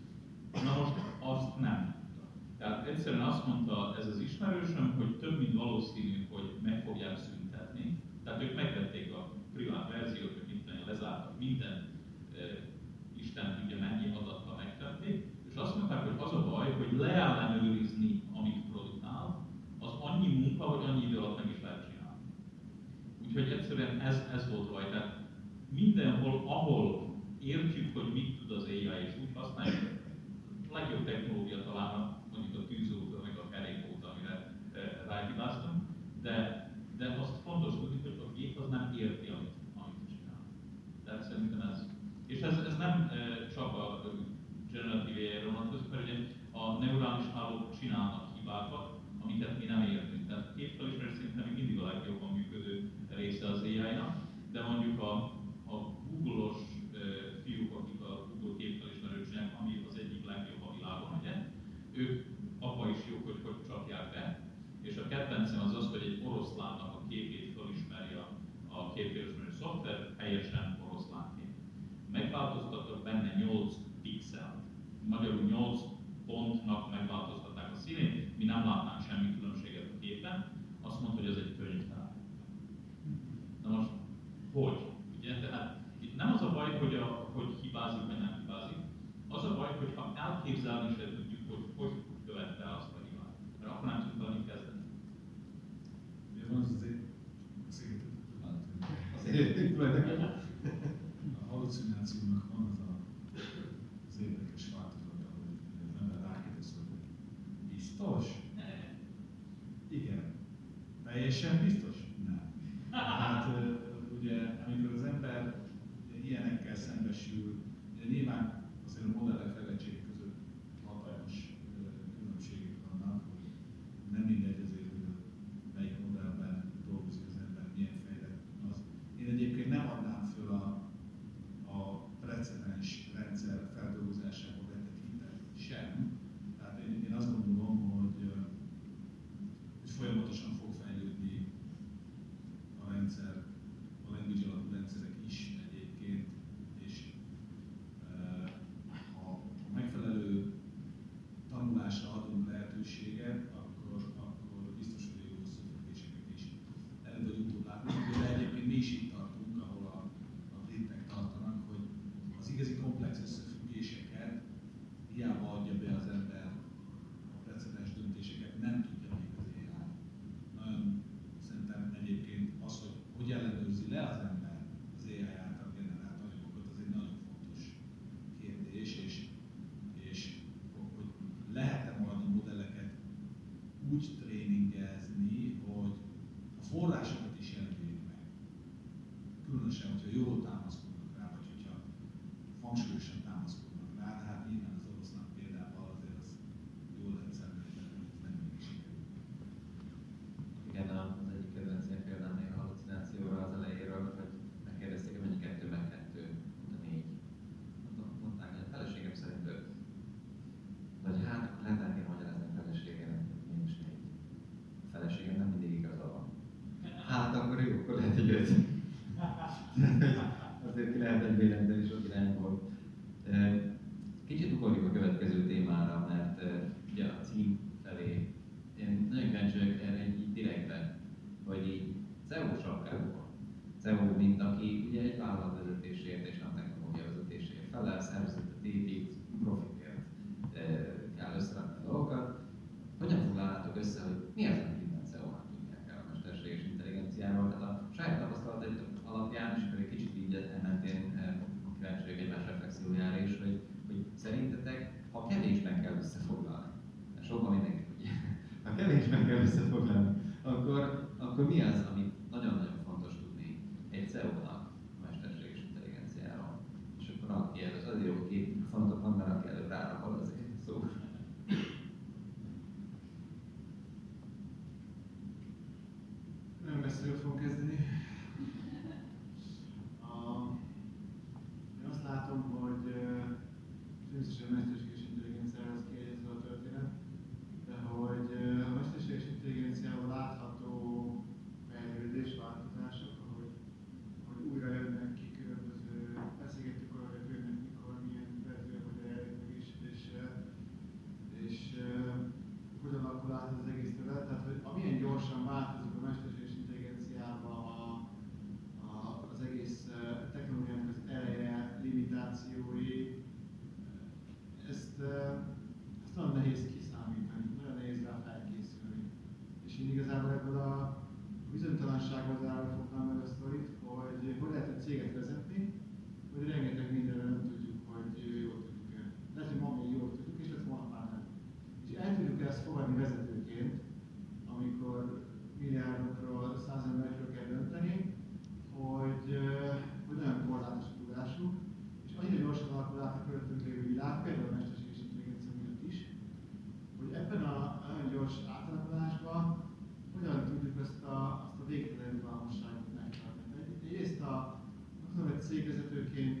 Na most azt nem. Tehát egyszerűen azt mondta ez az ismerősöm, hogy több mint valószínű, hogy meg fogják szüntetni. Tehát ők megvették a privát verziót, hogy minden lezártak minden, e, Isten tudja mennyi adattal megtették, és azt mondták, hogy az a baj, hogy leellenőrizni, amit produkál, az annyi munka, hogy annyi idő alatt meg is lehet csinálni. Úgyhogy egyszerűen ez, ez volt baj. Tehát mindenhol, ahol értjük, hogy mit tud az á i, és úgy használjuk, a legjobb technológia talán mondjuk a tűzoltó, meg a kerékóta, amire e, ráhibáztunk, de, de azt fontos tudni, hogy a gép az nem érti, amit, amit csinál. Tehát szerintem ez. És ez, ez nem e, csak a generatív á i-re vonatkozik, mert ugye a neurális hálók csinálnak hibákat, amiket mi nem értünk. Tehát a képfelismerés szerintem még mindig a legjobban működő része az á i-nak, de mondjuk a, a Google-os e, fiúk, akik a Google képfelismerőt csinálják, ami az egyik legjobb a világon, ugye? Ők abban is jók, hogy hogy csapják be. És a kedvencem az az, hogy egy oroszlánnak a képét felismeri a, a képfelismerő szoftver, helyesen oroszlánként. Megváltoztattak benne nyolc pixelt. Magyarul nyolc pontnak megváltoztatták a színét, mi nem látnánk semmi különbséget a képen, azt mondta, hogy ez egy könyvtár. Na most, hogy? Ugye, tehát itt nem az a baj, hogy, a, hogy hibázik, vagy nem hibázik, az a baj, hogy ha elképzelni se tudjuk, hogy hogy követte el azt a hibát, mert akkor nem tudunk valamit kezdeni. Ugye van az azért, Azért tulajdonképpen. a hallucinációnak van az a, az érdekes változata, hogy az ember rákérdez, hogy biztos? Igen. Teljesen biztos? Nem. Hát ugye, amikor az ember ilyenekkel szembesül, ugye nyilván azért a modellek fejlettsége között hatalmas különbségek vannak, hogy nem mindegy azért, hogy melyik modellben dolgozik az ember, milyen fejlett az. Én egyébként nem adnám föl a, a precedens rendszer feldolgozásába vetett hitelt sem. Tehát én, én azt gondolom, hogy, hogy folyamatosan fog fejlődni a rendszer, a language alapú rendszerek is egyébként, és ha, ha megfelelő tanulásra adunk lehetőséget, akkor, akkor biztos, hogy jó összefüggéseket is előbb vagy utóbb látunk. De egyébként mi is itt tartunk, ahol a, a britek tartanak, hogy az igazi komplex összefüggéseket hiába adja be az ember a precedens döntéseket, nem tudja még az á i. Nagyon szerintem egyébként az, hogy hogy ellenőrzi le az ember az á i által generált anyagokat, az egy nagyon fontos kérdés, és, és hogy lehet-e majd a modelleket úgy tréningezni, hogy a forrásokat is jelöljék meg. Különösen, hogyha jól támaszkodnak rá, vagy hogyha hangsúlyosan támaszkodnak rá, de hát nyilván az oroszlán példával azért az jól lehet szemlélni, hogy ez nem mindig sikerül. Igen, az egyik kedvenc ilyen példám még a hallucinációra az elejéről, hogy megkérdezték, hogy mennyi kettő meg kettő, mondta négy. Mondták, hogy a feleségem szerint öt. Vagy hát, akkor lehet mint aki ugye egy vállalat vezetésért és nem technológia vezetésért felel, szervezetet épít, profitért kell összerakni a dolgokat. Hogyan foglalnátok össze, hogy mi az, amit minden cé e ó-nak tudnia kell a mesterséges intelligenciával? Tehát a saját tapasztalatok alapján, és akkor egy kicsit így ementén kíváncsi vagyok egymás reflexiójára is, hogy, hogy szerintetek, ha kevésben kell összefoglalni, mert sokban mindenki tudja, ha kevésben kell összefoglalni, akkor, akkor mi az, amit nagyon-nagyon fontos tudni egy cé e ó-nak a mesterséges intelligenciáról? És akkor aki előtt, azért jó, hogy két fontot van, mert aki előtt rárakod azért szó. Nem messziről fogom kezdeni. A, én azt látom, hogy természetesen a mesterséges intelligenciához kiegyezve a történet, de hogy a mesterséges intelligenciával látható fejlődés, változások, ahogy, ahogy újra jönnek ki különböző, beszélgettük arra, hogy jönnek mikor, milyen verzió, hogy eljönnek meg is, és, és, és hogyan alakul át az egész terület. Tehát, hogy amilyen gyorsan változik a mesterséges intelligenciával a, a, az egész technológiának az eleje, limitációi, ezt, ezt nagyon nehéz kiszámítani, nagyon nehéz rá felkészülni. És én igazából ebből a bizonytalanságból zárva fognám meg a sztorit, hogy hogy lehet egy céget vezetni, hogy rengeteg mindenre nem tudjuk, hogy jól tudjuk-e. Lehet, hogy ma még jól tudjuk, és lehet, holnap már nem. És el tudjuk ezt fogadni vezetőként, amikor milliárdokról, százemberekről kell dönteni, hogy, hogy nagyon korlátos a tudásuk, és annyira gyorsan alakul át a körülöttünk lévő világ, például a mesterséges intelligencia miatt is, hogy ebben a nagyon gyors átalakulásban hogyan tudjuk ezt a, azt a végtelen rugalmasságot megtartani. Egyrészt a, tudom, egy cégvezetőként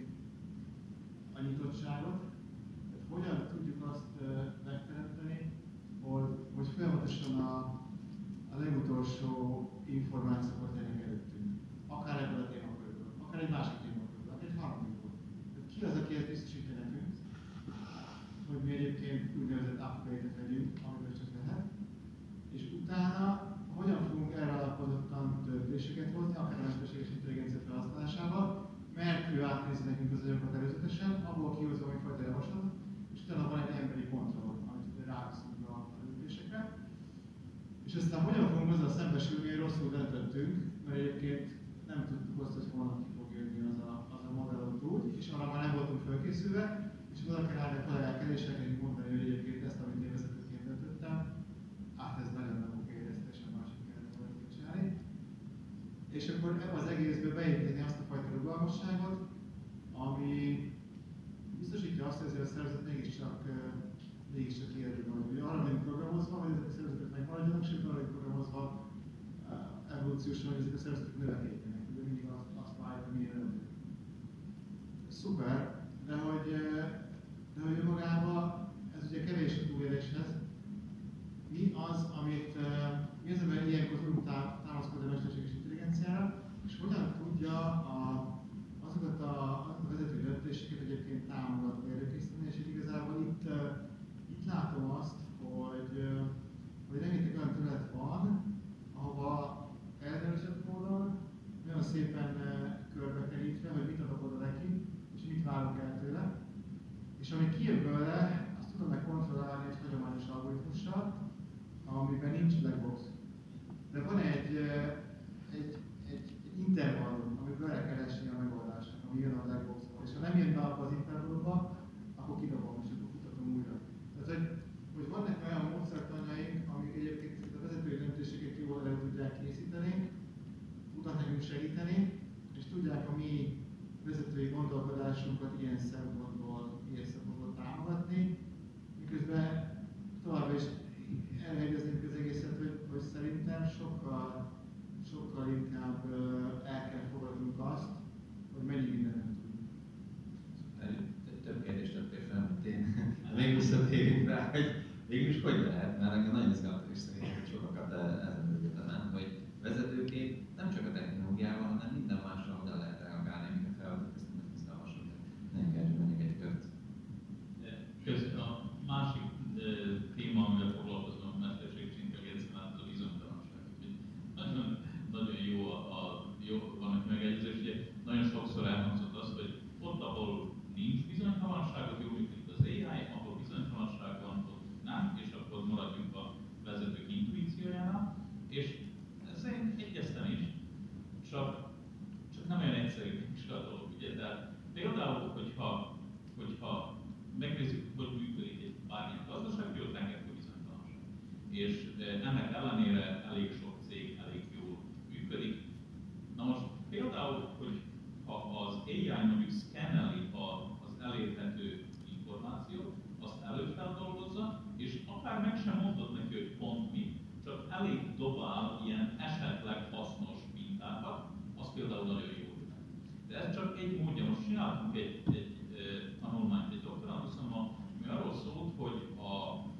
a nyitottságot, tehát hogyan tudjuk azt megteremteni, hogy, hogy folyamatosan a, a legutolsó információkat legyen előttünk. Akár ebből a témakörről, akár egy másik témakörről, akár egy harmadikból. Tehát ki az, aki ezt biztosítja nekünk, hogy mi egyébként úgynevezett upgrade-et vegyünk, amiből csak lehet, és utána hogyan fogunk erre alapozottan döntéseket hozni, akár a mesterséges intelligencia felhasználásával, mert ő átnézi nekünk az anyagokat előzetesen, abból kihozom egyfajta javaslatot, és utána van egy emberi kontroll, amit ráviszünk a döntésekre. És aztán hogyan fogunk azzal szembesülni, hogy rosszul döntöttünk, mert egyébként nem tudtuk azt, hogy holnap ki fog jönni az a, az a modellot úgy, és arra már nem voltunk felkészülve, és oda kell állni a kollégák elé, és nekünk mondani, hogy egyébként ezt, amit én vezetőként döntöttem, hát ez nagyon nem oké, ezt teljesen másik kellene valamit csinálni. És akkor ebbe az egészbe beépíteni azt a fajta rugalmasságot, ami biztosítja azt, hogy ezért a szervezet mégiscsak, mégiscsak érjük majd. Ugye arra vagyunk programozva, hogy ezek a szervezetek megmaradjanak, sőt arra vagyunk programozva evolúciósan, hogy ezek a szervezetek növekedjenek. Ugye mindig azt, azt várjuk, hogy milyen növekednek. Szuper, de hogy, de hogy magában ez ugye kevés a túléléshez. Mi az, amit, mi az, amivel ilyenkor tudunk támaszkodni a mesterséges intelligenciára, és hogyan tudja a, azokat a, azokat a vezető döntéseket egyébként támogatni, előkészíteni, és igazából itt, itt látom azt, hogy, hogy rengeteg olyan terület van, ahova elderősött módon, nagyon szépen körbekerítve, hogy mit adok oda neki, és mit várunk el tőle, és ami kijön belőle, azt tudom meg kontrollálni egy hagyományos algoritmussal, amiben nincs black box. De van egy, egy, egy, egy intervallum, amiből el kell esni a megoldásnak, ami jön a black boxból. És ha nem jön be abba az intervallumba, akkor kidobom, és akkor kutatom újra. Tehát, hogy, hogy vannak olyan módszertanjaink, amik egyébként a vezetői döntéseket jól elő tudják készíteni, tudnak nekünk segíteni, és tudják a mi vezetői gondolkodásunkat ilyen szempontból, ilyen szempontból támogatni, miközben továbbra is elhegyeznünk az egészet, hogy, hogy szerintem sokkal, sokkal inkább el kell fogadnunk azt, hogy mennyi mindent nem tudunk. Több kérdést tettél fel, mint én. Még visszatérünk rá, hogy végülis hogy lehet, mert engem nagyon izgalmas is szerintem, hogy sokakat ezen egyetemen, hogy vezetőként nem csak a technológiával, hanem minden mással oda lehet reagálni, amiket feladatok, ezt nem izgalmas, hogy nem kell, hogy menjek egy kört. Közben a másik téma, amivel foglalkozom, a mesterséges intelligenciánál, az a bizonytalanság. Nagyon, nagyon jó, a, a, jó vannak megegyezés, ugye és ennek ellenére elég sok cég elég jól működik. Na most például, hogy ha az á i mondjuk szkenneli az elérhető információt, azt előfeldolgozza, és akár meg sem mondod neki, hogy pont mi, csak elég dobál ilyen esetleg hasznos mintákat, az például nagyon jó. De ez csak egy módja. Most csináltunk egy, egy, egy tanulmányt, egy doktoranduszommal, ami arról szólt, hogy a,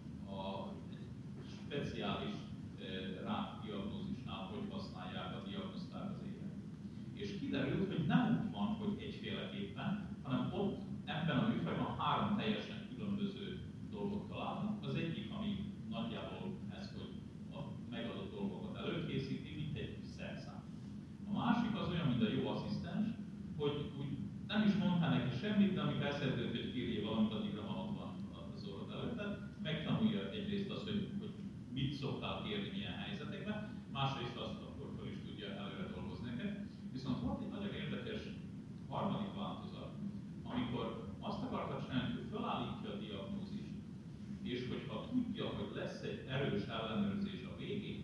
a egy speciális rák diagnózisnál hogy használják a diagnoszták az élet. És kiderült, hogy nem úgy van, hogy egyféleképpen, hanem ott ebben a műfajban három teljesen különböző dolgot találnak. Az egyik, ami nagyjából ez, hogy a megadott dolgokat előkészíti, mint egy szerszám. A másik az olyan, mint a jó asszisztens, hogy úgy nem is mondta neki semmit, de ami beszéltünk, hogy kérje valamit, addigra van ott van az orrod előtt. Megtanulja egyrészt azt, hogy, hogy mit szoktál kérni milyen helyzetekben, másrészt azt akkor fel is tudja előre dolgozni neked. Viszont volt egy nagyon érdekes harmadik változat, amikor azt akarta csinálni, hogy felállítja a diagnózist, és hogyha tudja, hogy lesz egy erős ellenőrzés a végén,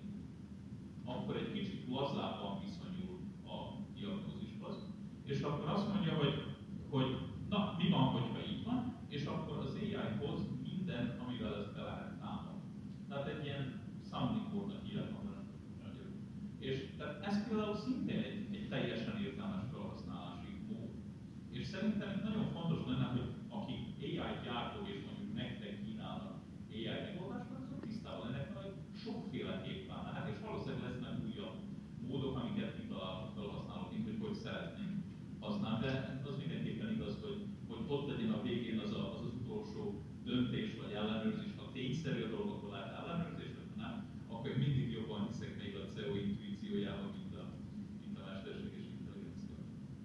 akkor egy kicsit lazábban viszonyul a diagnózishoz, és akkor azt mondja, hogy, hogy na, mi van, hogyha így van, és akkor az á i hoz minden, amivel ezt be lehet támadni. Tehát egy ilyen sounding boardnak hívják magyarul. És tehát ez például szintén egy, egy teljesen értelmes felhasználási mód. És szerintem itt nagyon fontos lenne, hogy akik á i gyártó és mondjuk nektek kínálnak á i megoldásokat, azok tisztában lennek, hogy sokféleképpen lehet, és valószínűleg lesznek újabb módok, amiket mi találunk felhasználók, mint hogy hogy szeretnénk használni. De az mindenképpen igaz, hogy, hogy ott legyen a végén az, a, az, az utolsó döntés vagy ellenőrzés, ha tényszerű a dolgokból lehet ellenőrzés, vagy nem, akkor mindig jobban hiszek még a cé e o intuíciójában, mint a, mint a mesterséges intelligencia.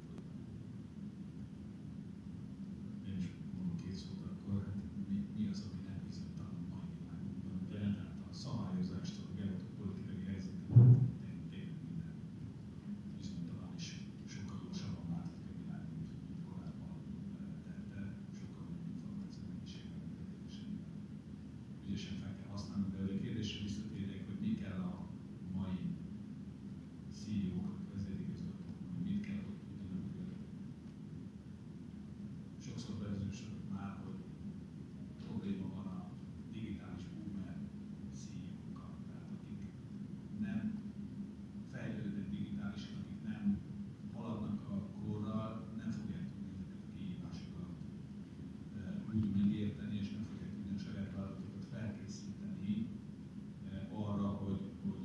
Én is mondom két szót akkor, mi, mi az, ami nem bizonytalan a mai világunkban, de tehát a szabályozástól a geopolitikai helyzetet tényleg minden bizonytalan is sokkal gyorsabban változik a világ, mint, mint korábban tette, sokkal nagyobb információ mennyiségben rendelkezésre. Ügyesen fel kell használnunk, de a kérdésre visszatérjek, hogy mi kell a mai cé e o-knak, vezérigazgatóknak, hogy mit kell, hogy tudjanak. Sokszor bevezősök már, hogy probléma van a digitális boomer cé e o-kkal, tehát akik nem fejlődnek digitálisan, akik nem haladnak a korral, nem fogják tudni ezeket a kihívásokat úgy megérteni, és nem fogják tudni a saját vállalatokat felkészíteni arra, hogy, hogy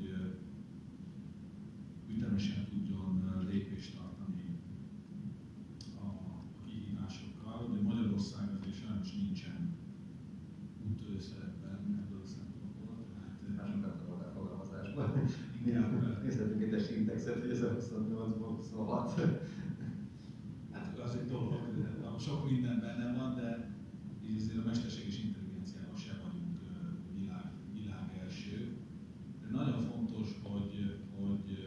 ütemesen tudjon lépést tartani a kihívásokkal. De Magyarország azért sajnos nincsen úttörő szerepben ebből a szempontból. Másokat a programozásban. Nézhetünk egy a Sintexet, hogy ez a huszonnyolcból huszonhat. Hát az egy dolog, sok minden benne van, de így azért a mesterséges intelligenciában sem vagyunk világ, világ első. De nagyon fontos, hogy, hogy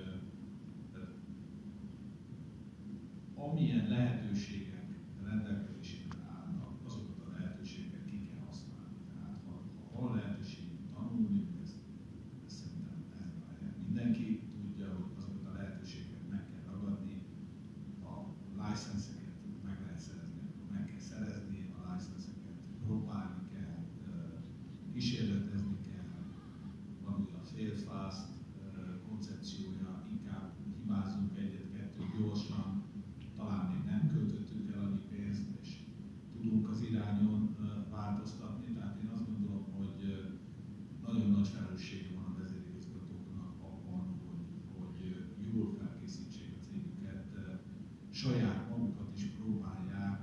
amilyen lehetőségek rendelkezésére állnak, azokat a lehetőségeket ki kell használni. Tehát ha, ha van lehetőség tanulni, ezt, ezt szerintem ez a helyen. Mindenki tudja, hogy azokat a lehetőségeket meg kell ragadni, a licenszeket meg lehet szerezni, akkor meg kell szerezni, a licenszeket próbálni kell, kísérletezni kell, van ugye a fail fast koncepciója, inkább hibázunk egyet-kettőt gyorsan, talán még nem költöttünk el annyi pénzt, és tudunk az irányon változtatni. Tehát én azt gondolom, hogy nagyon nagy felelőssége van a vezérigazgatóknak abban, hogy, hogy jól felkészítsék a cégüket, saját magukat is próbálják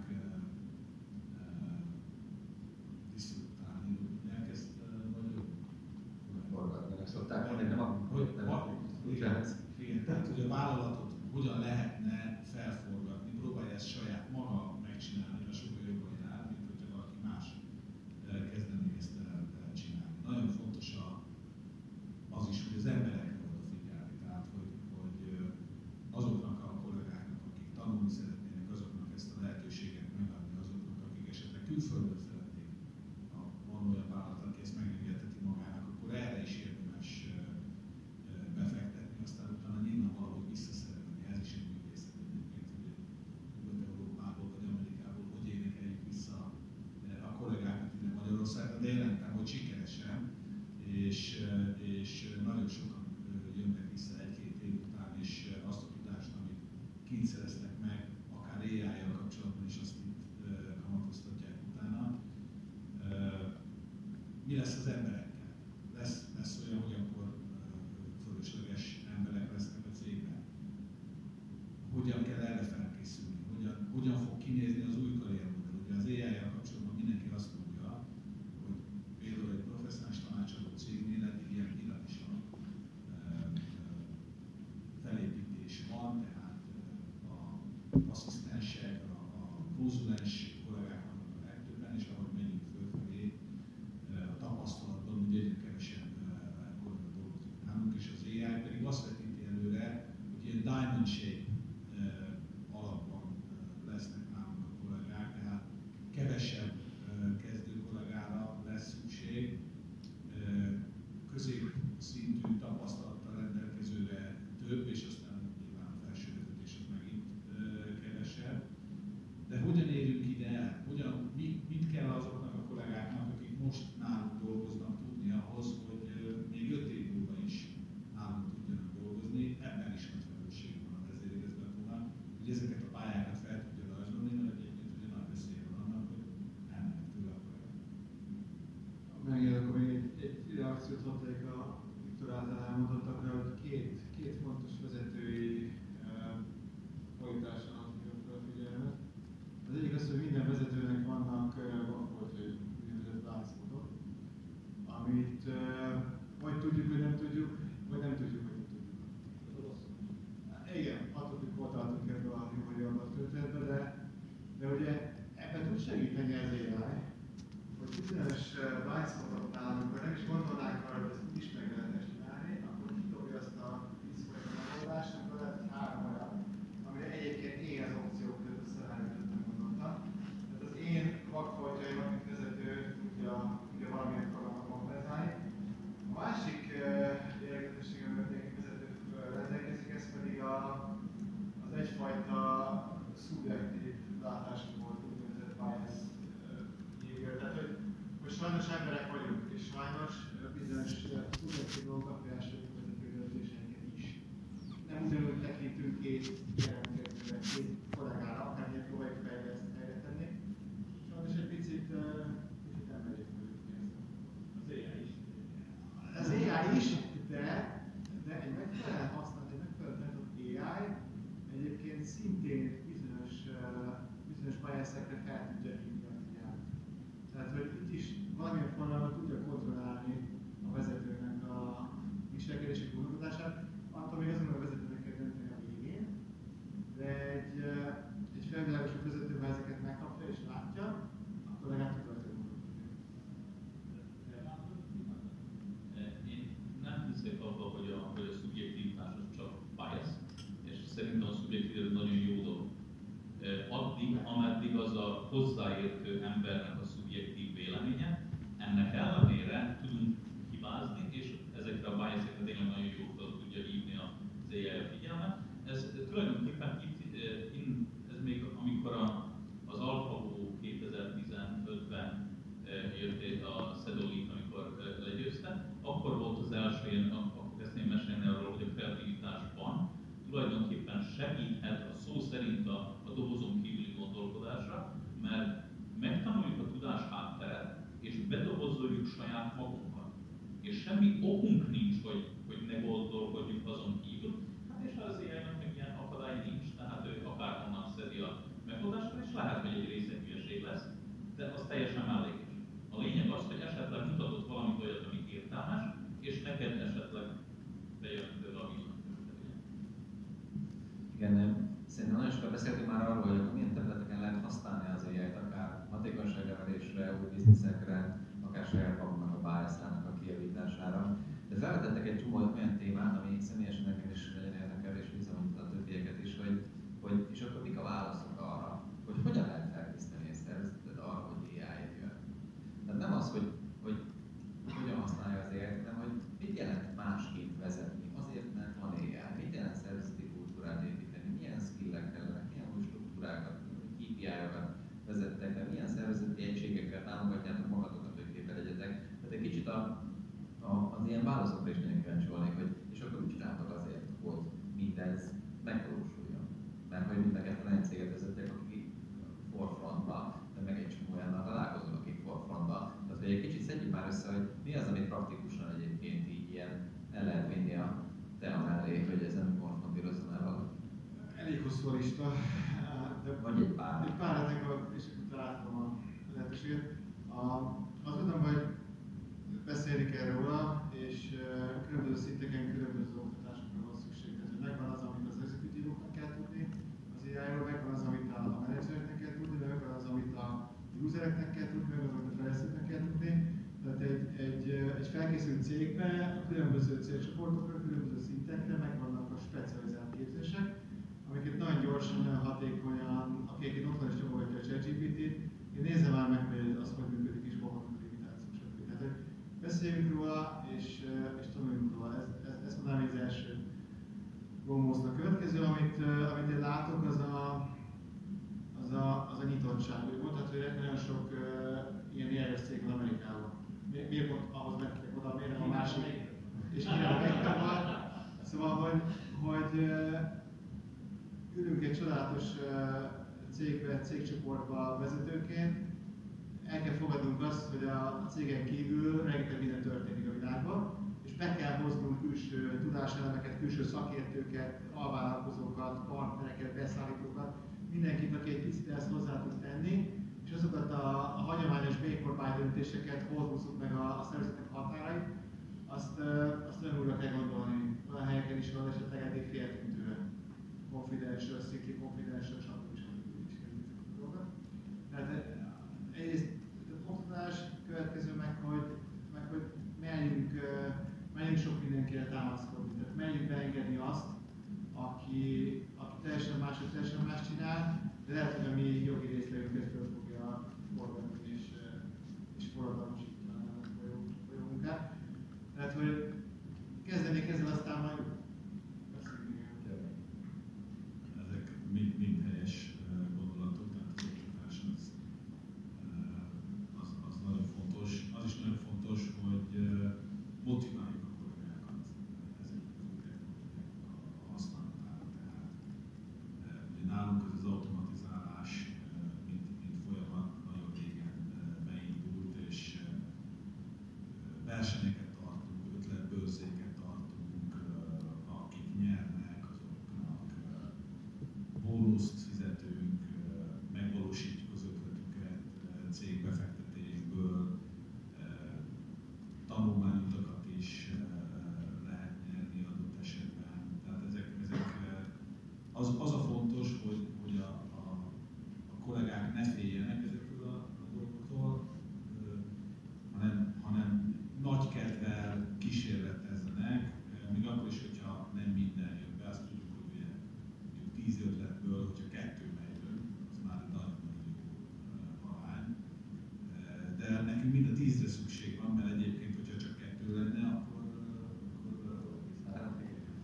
disztributálni. Elkezd vagyok? Forgatni szokták mondani, nem a Hogy, nem a igen, igen, tehát hogy a vállalatot hogyan lehetne felforgatni, próbálja ezt saját maga megcsinálni, mert sokkal jobban jár, mint hogyha valaki más kezdené ezt el csinálni. Nagyon fontos a, az is, hogy az emberekre odafigyelni, tehát hogy, hogy azoknak a kollégáknak, akik tanulni szeretnének, azoknak ezt a lehetőséget megadni, azoknak, akik esetleg külföldön szeretnék, ha van olyan vállalat, aki ezt megengedheti magának, akkor erre is érdemes asszisztensek, a, a konzulens kollégáknak a legtöbben, és ahogy megyünk fölfelé a tapasztalatban, ugye egyre kevesebb kollega dolgozik nálunk, és az á i pedig azt vetíti előre, hogy ilyen diamond shape alapban lesznek nálunk a kollégák, tehát kevesebb kezdő kollégára lesz szükség, középszintű tapasztalattal rendelkezőre több, és aztán nyilván a felsővezetés az megint kevesebb. De hogyan érjünk ide el? Hogyan, mit, mit kell azoknak a kollégáknak, akik most nálunk dolgoznak, tudni ahhoz, hogy még öt év múlva is nálunk tudjanak dolgozni? Ebben is nagy felelősség van a vezérigazgatónak, hogy ezeket a pályákat fel tudja rajzolni, mert egyébként ugye nagy veszélye van annak, hogy elmennek tőle a kollégák. Megint akkor még egy, egy reakciót hoznék a Viktor által elmondottakra, hogy két, két fontos vezetői uh, kvalitásra hívjuk fel a figyelmet. Az egyik az, hogy minden vezetőnek vannak uh, úgynevezett blind-spotok, amit uh, vagy tudjuk, hogy nem tudjuk, vagy nem tudjuk, hogy nem tudjuk. Igen, attól, hogy hol tartunk ebben a jó történetben, de, de ugye ebben tud segíteni az á i, hogy bizonyos blind spotoknál, amikor nem is gondolnánk arra, hogy ezt is meg lehetne csinálni, akkor kidobja azt a vízfolyamú megoldást, amikor lehet, hogy három olyan, amire egyébként én az opciók között összeállítottam gondoltam. Tehát az én vakfoltjaimat, mint vezető tudja, tudja valamilyen programot kompenzálni. A másik uh, érdekesség, amivel egy vezető rendelkezik, ez pedig a, az egyfajta szubjektív látásmód, úgynevezett bias. Tehát, hogy, hogy sajnos emberek vagyunk, és sajnos bizonyos szubjektív dolgokat beállítjuk vezető döntéseinket is. Nem ugyanúgy tekintünk két jelentékre, két kollégára, akármilyen próbáljuk fejre ezt helyre tenni. Sajnos egy picit, picit emberek vagyunk ezt. Az á i is. Az á i is, de, de egy megfelelően használt, egy megfelelően tanított á i egyébként szintén bizonyos, bizonyos biasekre fel tudja hívni. Tehát, hogy itt is valamilyen formában tudja kontrollálni a vezetőnek a viselkedési gondolkodását, attól még azon a vezetőnek kell dönteni a végén, de egy, egy felvilágosult vezető, ha ezeket megkapja és látja, akkor legalább tud rajta gondolkodni. Én nem hiszek abban, hogy a, hogy a szubjektivitás az csak bias, és szerintem a szubjektivitás nagyon jó dolog. Addig, ameddig az a hozzáértő embernek a szubjektív véleménye, ennek ellenére tudunk hibázni, és ezekre a biasekre tényleg nagyon jó fel tudja hívni az á i a figyelmet. Ez tulajdonképpen itt, ez még amikor a, az AlphaGo kétezer-tizenötben jött a Sedolit, amikor legyőzte, akkor volt az első ilyen, akkor kezdném mesélni arról, hogy a kreativitásban tulajdonképpen segíthet a szó szerint a, a dobozon kívüli gondolkodásra, mert megtanuljuk a tudás hátteret, és bedobozoljuk saját magunkat. És semmi okunk nincs, hogy, hogy ne gondolkodjuk azon kívül. Hát és az á i-nak meg ilyen akadály nincs, tehát ő akárhonnan szedi a megoldásokat, és lehet, hogy egy része hülyeség lesz, de az teljesen mellékes. A lényeg az, hogy esetleg mutatott valamit olyat, ami értelmes, és neked esetleg bejön tőle a villan. Igen, szerintem nagyon sokat beszéltünk már arról, hogy milyen területeken lehet használni az á i-t, akár hatékonyságemelésre, új bizniszekre, akár saját magunknak a biasának a kijavítására. De felvetettek egy csomó olyan témát, ami személyesen nekem is nagyon érdekel, és bízom, mint a többieket is, hogy, hogy és akkor mik a válaszok arra, hogy hogyan lehet felkészíteni egy szervezetet arra, hogy á i jön. Tehát nem az, hogy, hogy hogyan használja az á i-t, hanem hogy mit jelent másképp vezetni, azért, mert van á i. Mit jelent szervezeti kultúrát építeni, milyen skillek kellenek, milyen új struktúrákat, ká pé í-okat vezettek, de milyen szervezeti egységekkel támogatjátok magatokat, hogy képbe legyetek. Tehát egy kicsit a, a, az ilyen válaszokra is nagyon kíváncsi volnék, hogy és akkor mit csináltak azért, hogy mindez megvalósuljon. Mert hogy mind a ketten olyan céget vezettek, akik forefrontba, de meg egy csomó olyannal találkozunk, akik forefrontba. Tehát hogy egy kicsit szedjük már össze, hogy mi az, amit praktikusan egyébként így ilyen el lehet vinni a te mellé, hogy ezen konfrontírozom el valamit. Elég hosszú a lista, de vagy egy pár. Egy pár ennek a, és akkor találtam a lehetőséget. A, azt mondom, hogy beszélni kell róla, és uh, különböző szinteken különböző oktatásokra van szükség. Tehát megvan az, amit az exekutívoknak kell tudni az á i-ról, megvan az, különböző célcsoportokra, különböző szintekre megvannak a specializált képzések, amiket nagyon gyorsan, nagyon hatékonyan, akiket otthon is nyomogatja a ChatGPT-t, én nézem már meg, hogy az hogy működik és hol vannak limitációk, stb. Tehát, hogy beszéljünk róla és, és tanuljunk róla. Ez, ez, ez mondanám, hogy az első gombózat. A következő, amit, amit én látok, az a, az a, az a nyitottság. Úgy mondhatod, hogy nagyon sok uh, ilyen jelös cég van Amerikában. Mi, miért pont ahhoz mentek oda, miért nem a másik? És mire a megkapva. Szóval, hogy, hogy uh, ülünk egy csodálatos uh, cégbe, cégcsoportba vezetőként, el kell fogadnunk azt, hogy a cégen kívül rengeteg minden történik a világban, és be kell hoznunk külső tudáselemeket, külső szakértőket, alvállalkozókat, partnereket, beszállítókat, mindenkit, aki egy picit ezt hozzá tud tenni, és azokat a, a hagyományos békormány döntéseket, hol húzzuk meg a, a szervezetek határait, azt, azt nagyon újra kell gondolni. Olyan helyeken is van, esetleg eddig féltünk tőle. Confidential, strictly confidential, stb. stb. is kezdjük a dolgot. Tehát egyrészt az oktatás, következő meg, hogy, meg, hogy merjünk, merjünk sok mindenkire támaszkodni. Tehát merjünk beengedni azt, aki, aki teljesen más, vagy teljesen más csinál, de lehet, hogy a mi jogi részlegünket föl fogja forgatni és, és forradalmasítani a folyó munkát. Tehát, hogy kezdenék ezzel, aztán majd ezek mind, mind helyes gondolatok, tehát az oktatás az, az, az nagyon fontos. Az is nagyon fontos, hogy motiváljuk a kollégákat ezeknek az új technológiáknak a használatára. Tehát ugye nálunk ez az automatizálás, mint, mint folyamat nagyon régen beindult, és versenyeket tartunk, ötletbőrzéket tartunk, akik nyernek, azoknak bónuszt fizetünk, megvalósítjuk az ötletüket cégbefektetésből, tanulmányutakat is lehet nyerni adott esetben. Tehát ezek, ezek az, az a fontos, hogy, hogy a, a, a kollégák ne féljenek ezektől a, a dolgoktól, hanem, hanem nagy kedvel kísérletezzenek, még akkor is, hogyha nem minden jön be. Azt tudjuk, hogy ugye tíz ötletből, hogyha kettő megy jön, az már egy nagyon-nagyon jó arány. De nekünk mind a tízre szükség van, mert egyébként, hogyha csak kettő lenne, akkor, akkor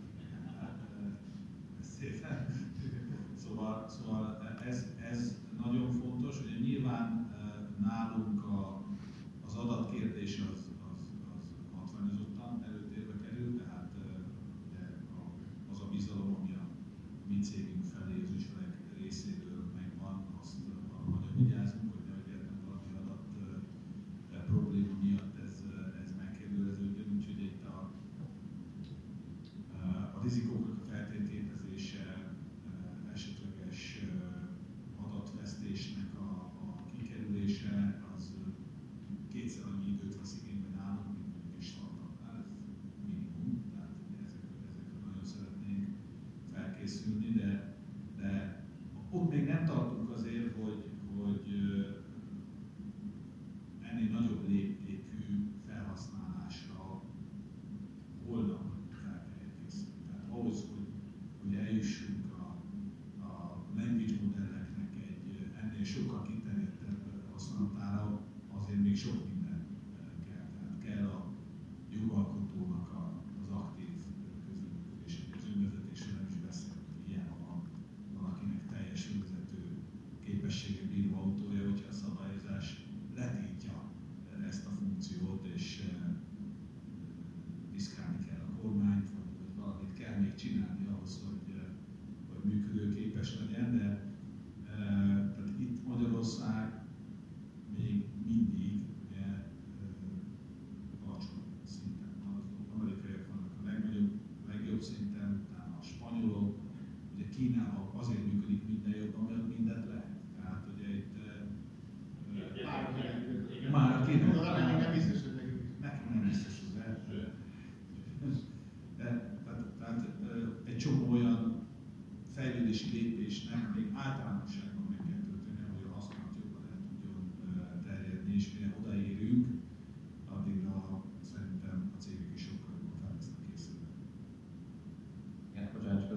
szépen. Szóval, szóval ez, ez nagyon fontos, hogy nyilván nálunk a, az adatkérdés az, az, az hatványozottan előtérbe kerül, tehát ugye az a bizalom, ami a mi cégünk felé, az ügyfelek részéről megvan, azt nagyon vigyázunk, hogy nehogy értem valami adat probléma miatt ez, ez megkérdőjeleződjön, úgyhogy itt a, a rizikóknak a feltételezése, esetleges adatvesztésnek a, a kikerülése, az kétszer annyi időt vesz igénybe nálunk, mint mondjuk egy startupnál, ez minimum, tehát ezekre, ezekre nagyon szeretnénk felkészülni, de, de ott még nem tartunk azért, hogy, hogy ennél nagyobb léptékű felhasználásra holnap fel kell készülni. Tehát ahhoz, hogy, hogy eljussunk a, a language modelleknek egy ennél sokkal kiterjedtebb használatára, azért még sok minden kell. Tehát kell a jogalkotónak a, az aktív közreműködés, az önvezetésről nem is beszélünk, ilyen van valakinek teljes önvezető képessége bíró autója, hogyha a szabályozás letiltja ezt a funkciót, és piszkálni kell a kormányt, vagy valamit kell még csinálni ahhoz, hogy, hogy működőképes legyen, de tehát itt Magyarország még mindig ugye, alacsony szinten van. Az amerikaiak vannak a legnagyobb, legjobb szinten, utána a spanyolok, ugye Kínában azért működik minden jobban, mert mindent lehet. Tehát ugye itt már a Kínában nem biztos, hogy nekünk. Nekem nem biztos, hogy lehet. De tehát, tehát egy csomó olyan fejlődési lépésnek még általánosságban meg kell történni, hogy a használat jobban el tudjon terjedni, és mire odaérünk, addigra szerintem a cégek is sokkal jobban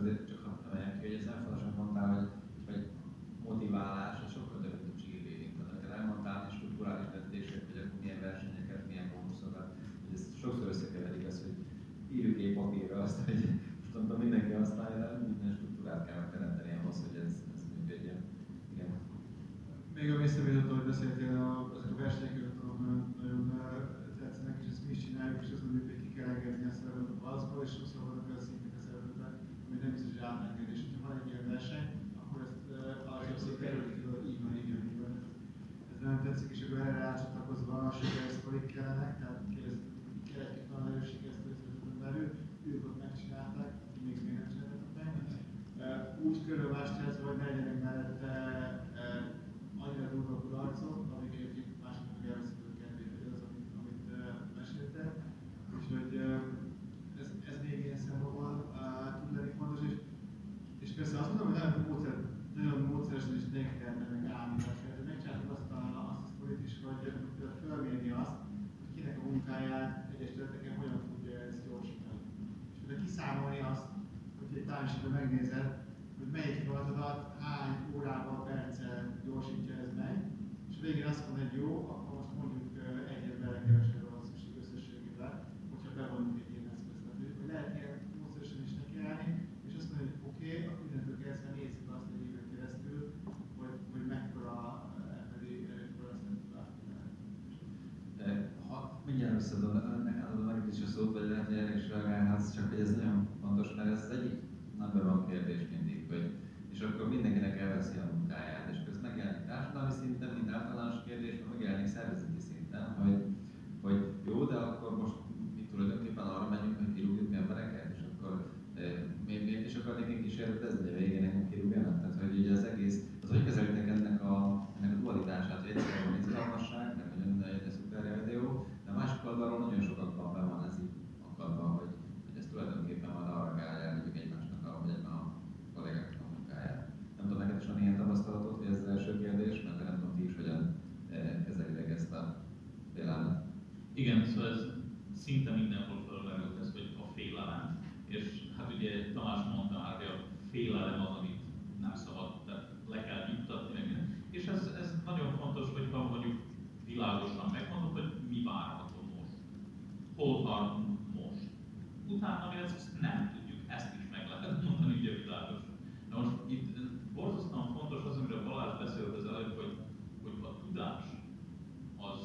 azért csak hadd emeljek ki, hogy ez nem fontosan mondtál, hogy, hogy motiválás, az sokkal több, mint a cheerleading. Amiket elmondtál, és strukturális döntések, hogy akkor milyen versenyeket, milyen bónuszokat, hogy ez sokszor összekeverik az, hogy írjuk egy papírra azt, hogy most mondtam, mindenki használja, de minden struktúrát kell megteremteni ahhoz, hogy ez, ez működjön. Igen. Még a észrevételtől, hogy beszéltél, azok a versenyekről tudom, nagyon tetszenek, és ezt mi is csináljuk, és azt mondjuk, hogy ki kell engedni a szervezet a palcból, és sokszor vannak olyan szintek a szervezetben, ami nem biztos, hogy átengedés. Ha van egy ilyen verseny, akkor ezt azért szép kerülik, hogy így van, így van, így van. Ez nem tetszik, és akkor erre rácsatlakozva a sikersztorik kellenek, tehát kell egy nagyon erős sikersztorik belül, ők ott megcsinálták, még még nem csináltak meg. Úgy körülvástázva, hogy ne legyenek mellette annyira durva kudarcok, amik egyébként másoknak elveszik a kedvét, hogy az, amit, amit uh, meséltem. Úgyhogy uh, ez, ez még ilyen szempontból uh, tud lenni fontos, és, és persze azt mondom, hogy nagyon, módszer, nagyon módszeresen is neki kellene meg állítani. Megcsináltuk azt a, azt a sztorit is, hogy például fölmérni azt, hogy kinek a munkáját egyes területeken hogyan tudja ezt gyorsítani. És például kiszámolni azt, hogy egy társítban megnézed, hogy melyik feladatodat hány órával, perccel gyorsítja ez meg, és a végén azt mondod, hogy jó, akkor most mondjuk egy évvel kevesebbre van szükség összességében, hogyha bevonjuk egy ilyen eszközt. Tehát, hogy lehet ilyen módszeresen is nekiállni, és azt mondani, hogy oké, okay, akkor innentől kezdve nézzük azt egy éven keresztül, hogy, hogy mekkora emberi erőforrásnak tud átmenni. Ha mindjárt összeadom, adom meg is a szót, vagy lehet, hogy erre is reagálhatsz, csak hogy ez nagyon fontos, mert ez az egyik number one kérdés mindig, hogy és akkor mindenkinek elveszi a munkáját, és ez megjelenik társadalmi szinten, mint általános kérdés, vagy megjelenik szervezeti szinten, hogy, hogy jó, de akkor most mi tulajdonképpen arra megyünk, hogy kirúgjuk embereket, és akkor még, még is akarnék én kísérletezni, hogy a végén nekünk kirúgjanak. Tehát, hogy ugye az egész, az hogy kezeljük ennek a, ennek a dualitását, hogy egyszerűen van izgalmasság, meg nagyon egy szuper jó, de a másik oldalról nagyon sokakban be van ez így akadva, hogy, hogy ez tulajdonképpen majd arra kell elmondjuk egymásnak, ahogy egyben a kollégáknak a munkáját. Nem tudom, neked is van ilyen tapasztalatod, hogy ez az első kérdés, mert nem tudom, ti is hogyan kezelitek ezt a félelmet. Igen, szóval ez szinte mindenhol felmerült ez, hogy a félelem. És hát ugye Tamás mondta már, hogy a félelem az, amit nem szabad, tehát le kell nyugtatni meg minden. És ez, ez nagyon fontos, hogyha mondjuk világosan megmondod, hogy mi várható most. Hol tartunk most. Utána mi ezt nem tudjuk, ezt is meg lehet mondani ugye világosan. Na most itt borzasztóan fontos az, amiről Balázs beszélt az előbb, hogy, hogy a tudás az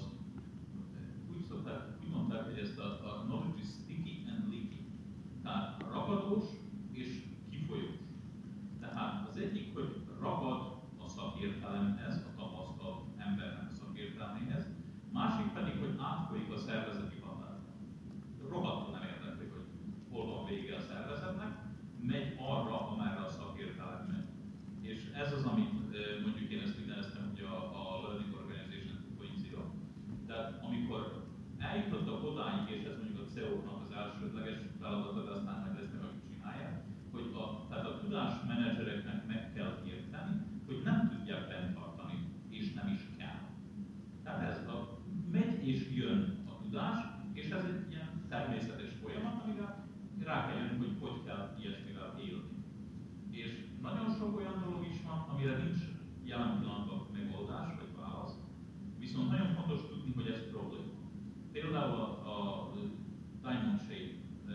úgy szokták, úgy mondták, hogy ezt a, a knowledge is sticky and leaky. Tehát ragadós és kifolyós. Tehát az egyik, hogy ragad a szakértelemhez, a tapasztalt embernek a szakértelméhez, másik pedig, hogy átfolyik a szervezeti határban. Rohadtul nem érdekli, hogy hol van vége a szervezetnek, megy arra, amerre a szakértelem megy. És ez az, amit mondjuk én ezt így neveztem, hogy a, a Learning Organization kettő pont nulla. Tehát amikor eljutottak odáig, és ez mondjuk a cé e o-knak az elsődleges feladata, de aztán meg lesznek, akik csinálják, hogy a, tehát a tudásmenedzsereknek meg kell érteni, hogy nem tudják bent tartani, és nem is kell. Tehát ez a megy és jön a tudás, és ez egy ilyen természetes folyamat, amire rá kell jönni, hogy hogy kell ilyesmivel élni. És nagyon sok olyan dolog is van, amire nincs jelen pillanatban megoldás vagy válasz, viszont nagyon fontos tudni, hogy ez probléma. Például a, a Diamond Shape,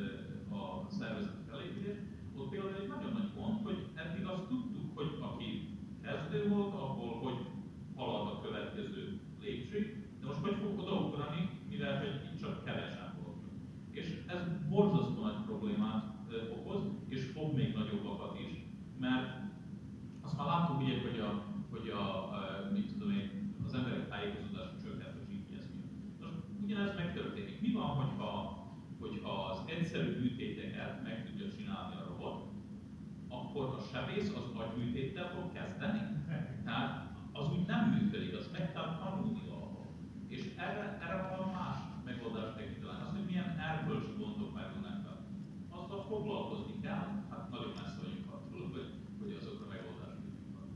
a szervezeti felépítés, ott például egy nagyon nagy pont, hogy eddig azt tudtuk, hogy aki kezdő volt, abból hogy halad a következő lépcsőig, de most hogy fog odaugrani, mivel hogy itt csak kevesen voltunk. És ez borzasztó nagy problémát okoz, és fog még nagyobbakat is, mert azt már láttuk ugye, hogy a, hogy a, mit tudom én, az emberek tájékozódása csökkent a gé pé es miatt. Most ugyanez megtörténik. Mi van, hogyha, hogyha az egyszerű műtéteket meg tudja csinálni a robot, akkor a sebész az agyműtéttel fog kezdeni? Tehát az úgy nem működik, az meg kell tanulni valahol. És erre, erre van más megoldás neki talán. Az, hogy milyen erkölcsi gondok merülnek fel. Azzal foglalkozni kell, hát nagyon messze vagyunk attól, hogy, hogy azokra megoldás tudjunk van.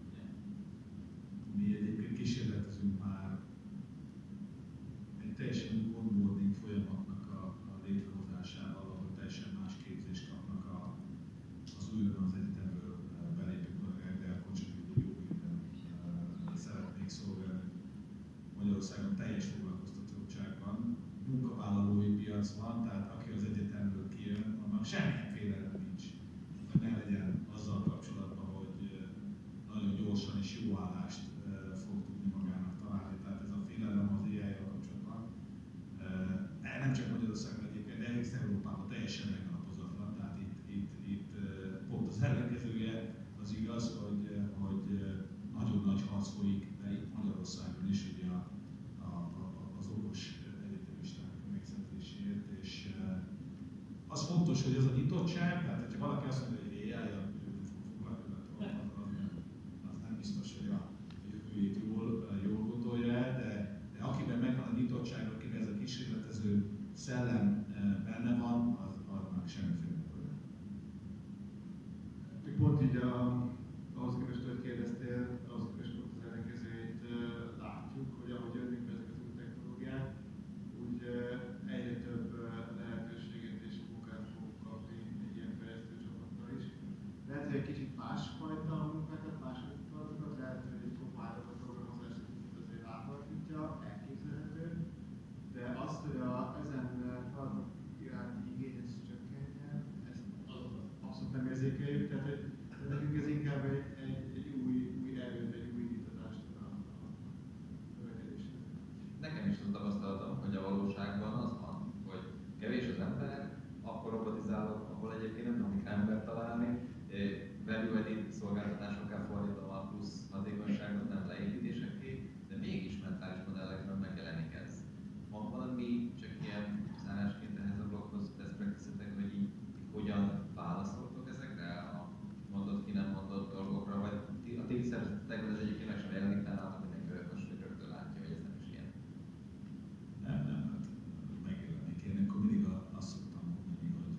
Mi egyébként kísérletezünk már egy teljesen onboarding folyamatnak a, a létrehozásával, ahol teljesen más képzést kapnak a, az újonnan az egyetemről belépő kollégák, de akkor csak egy jó hírben szeretnék szolgálni. Magyarországon teljes foglalkoztatottságban, munkavállalói piac van, tehát aki az egyetemről kijön, annak semmilyen félelem nincs, hogy ne legyen azzal kapcsolatban, hogy nagyon gyorsan és jó állást fog tudni magának találni. Tehát ez a félelem az á i-jal kapcsolatban nem csak Magyarországon egyébként, de egész Európában teljesen megalapozatlan. Tehát itt, itt, itt pont az ellenkezője az igaz, hogy, hogy nagyon nagy harc folyik, de itt Magyarországon is ugye a, a, a, az okos egyetemisták megszerzéséért, és az fontos, hogy ez a nyitottság, tehát hogyha valaki azt mondja, hogy á i-jal foglalkozni, az nem biztos, hogy a jövőjét jól, jól gondolja el, de, de akiben megvan a nyitottság, akiben ez a kísérletező szellem benne van, az, aznak semmiféle probléma. Pont így a, ahhoz képest, hogy kérdeztél, ahhoz képest pont az ellenkezőjét látjuk, hogy ahogy jönnek be ezek az új technológiák, úgy egyre több lehetőséget és munkát fogunk kapni egy ilyen fejlesztő csapattal is. Lehet, hogy egy kicsit másfajta munkákat, másfajta feladatokat, lehet, hogy egy kompályok a programozást azért átalakítja, elképzelhető, de azt, hogy a, ezen feladatok iránti igény ez csökkenjen, ezt abszolút nem érzékeljük, tehát hogy nekünk ez inkább egy, egy, egy új, új erőt, egy új indítatást a, a növekedésre. Nekem is az tapasztalatom, hogy a valóságban az van, hogy kevés az ember, akkor robotizálok, ahol egyébként nem tudok embert találni, value-added szolgáltatásokkal fordítom a plusz hatékonyságot, nem leépítésekké, de mégis mentális modellekről megjelenik ez. Van valami, csak ilyen zárásként ehhez a bloghoz best practice-etek, hogy így hogyan válaszoltok ezekre a mondott, ki nem mondott dolgokra, vagy a ti szervezetekben ez egyébként meg sem jelenik, tehát látom, hogy mindenki örökös, hogy rögtön látja, hogy ez nem is ilyen. Nem, nem, hát megjelenik. Én akkor mindig azt szoktam mondani, hogy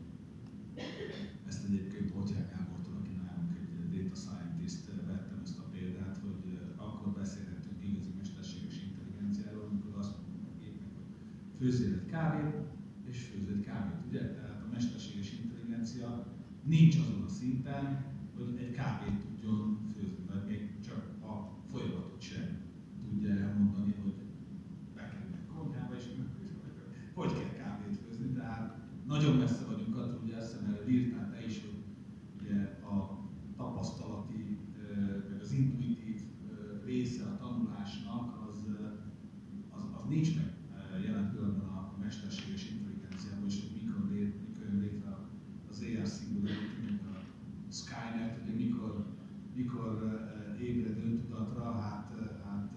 ezt egyébként Botyák Gábortól, aki nálunk egy data scientist, vettem ezt a példát, hogy akkor beszélhetünk igazi mesterséges intelligenciáról, amikor azt mondom a gépnek, hogy főzzél egy kávét, és főzzél egy kávét, ugye? Tehát a mesterséges intelligencia nincs azon a szinten, hogy egy kávét tudjon főzni, vagy még csak a folyamatot sem tudja elmondani, hogy bekerül egy konyhába, és hogy kell kávét főzni. Tehát nagyon messze vagyunk attól, ugye ezt erről írtál te is, hogy ugye a tapasztalati, meg az intuitív része a tanulásnak, az, az, az nincs meg jelen pillanatban a mesterséges intelligenciában, és hogy mikor, lét, mikor jön létre az á er Singularity, a Skynet, ugye mikor, mikor ébred öntudatra, hát, hát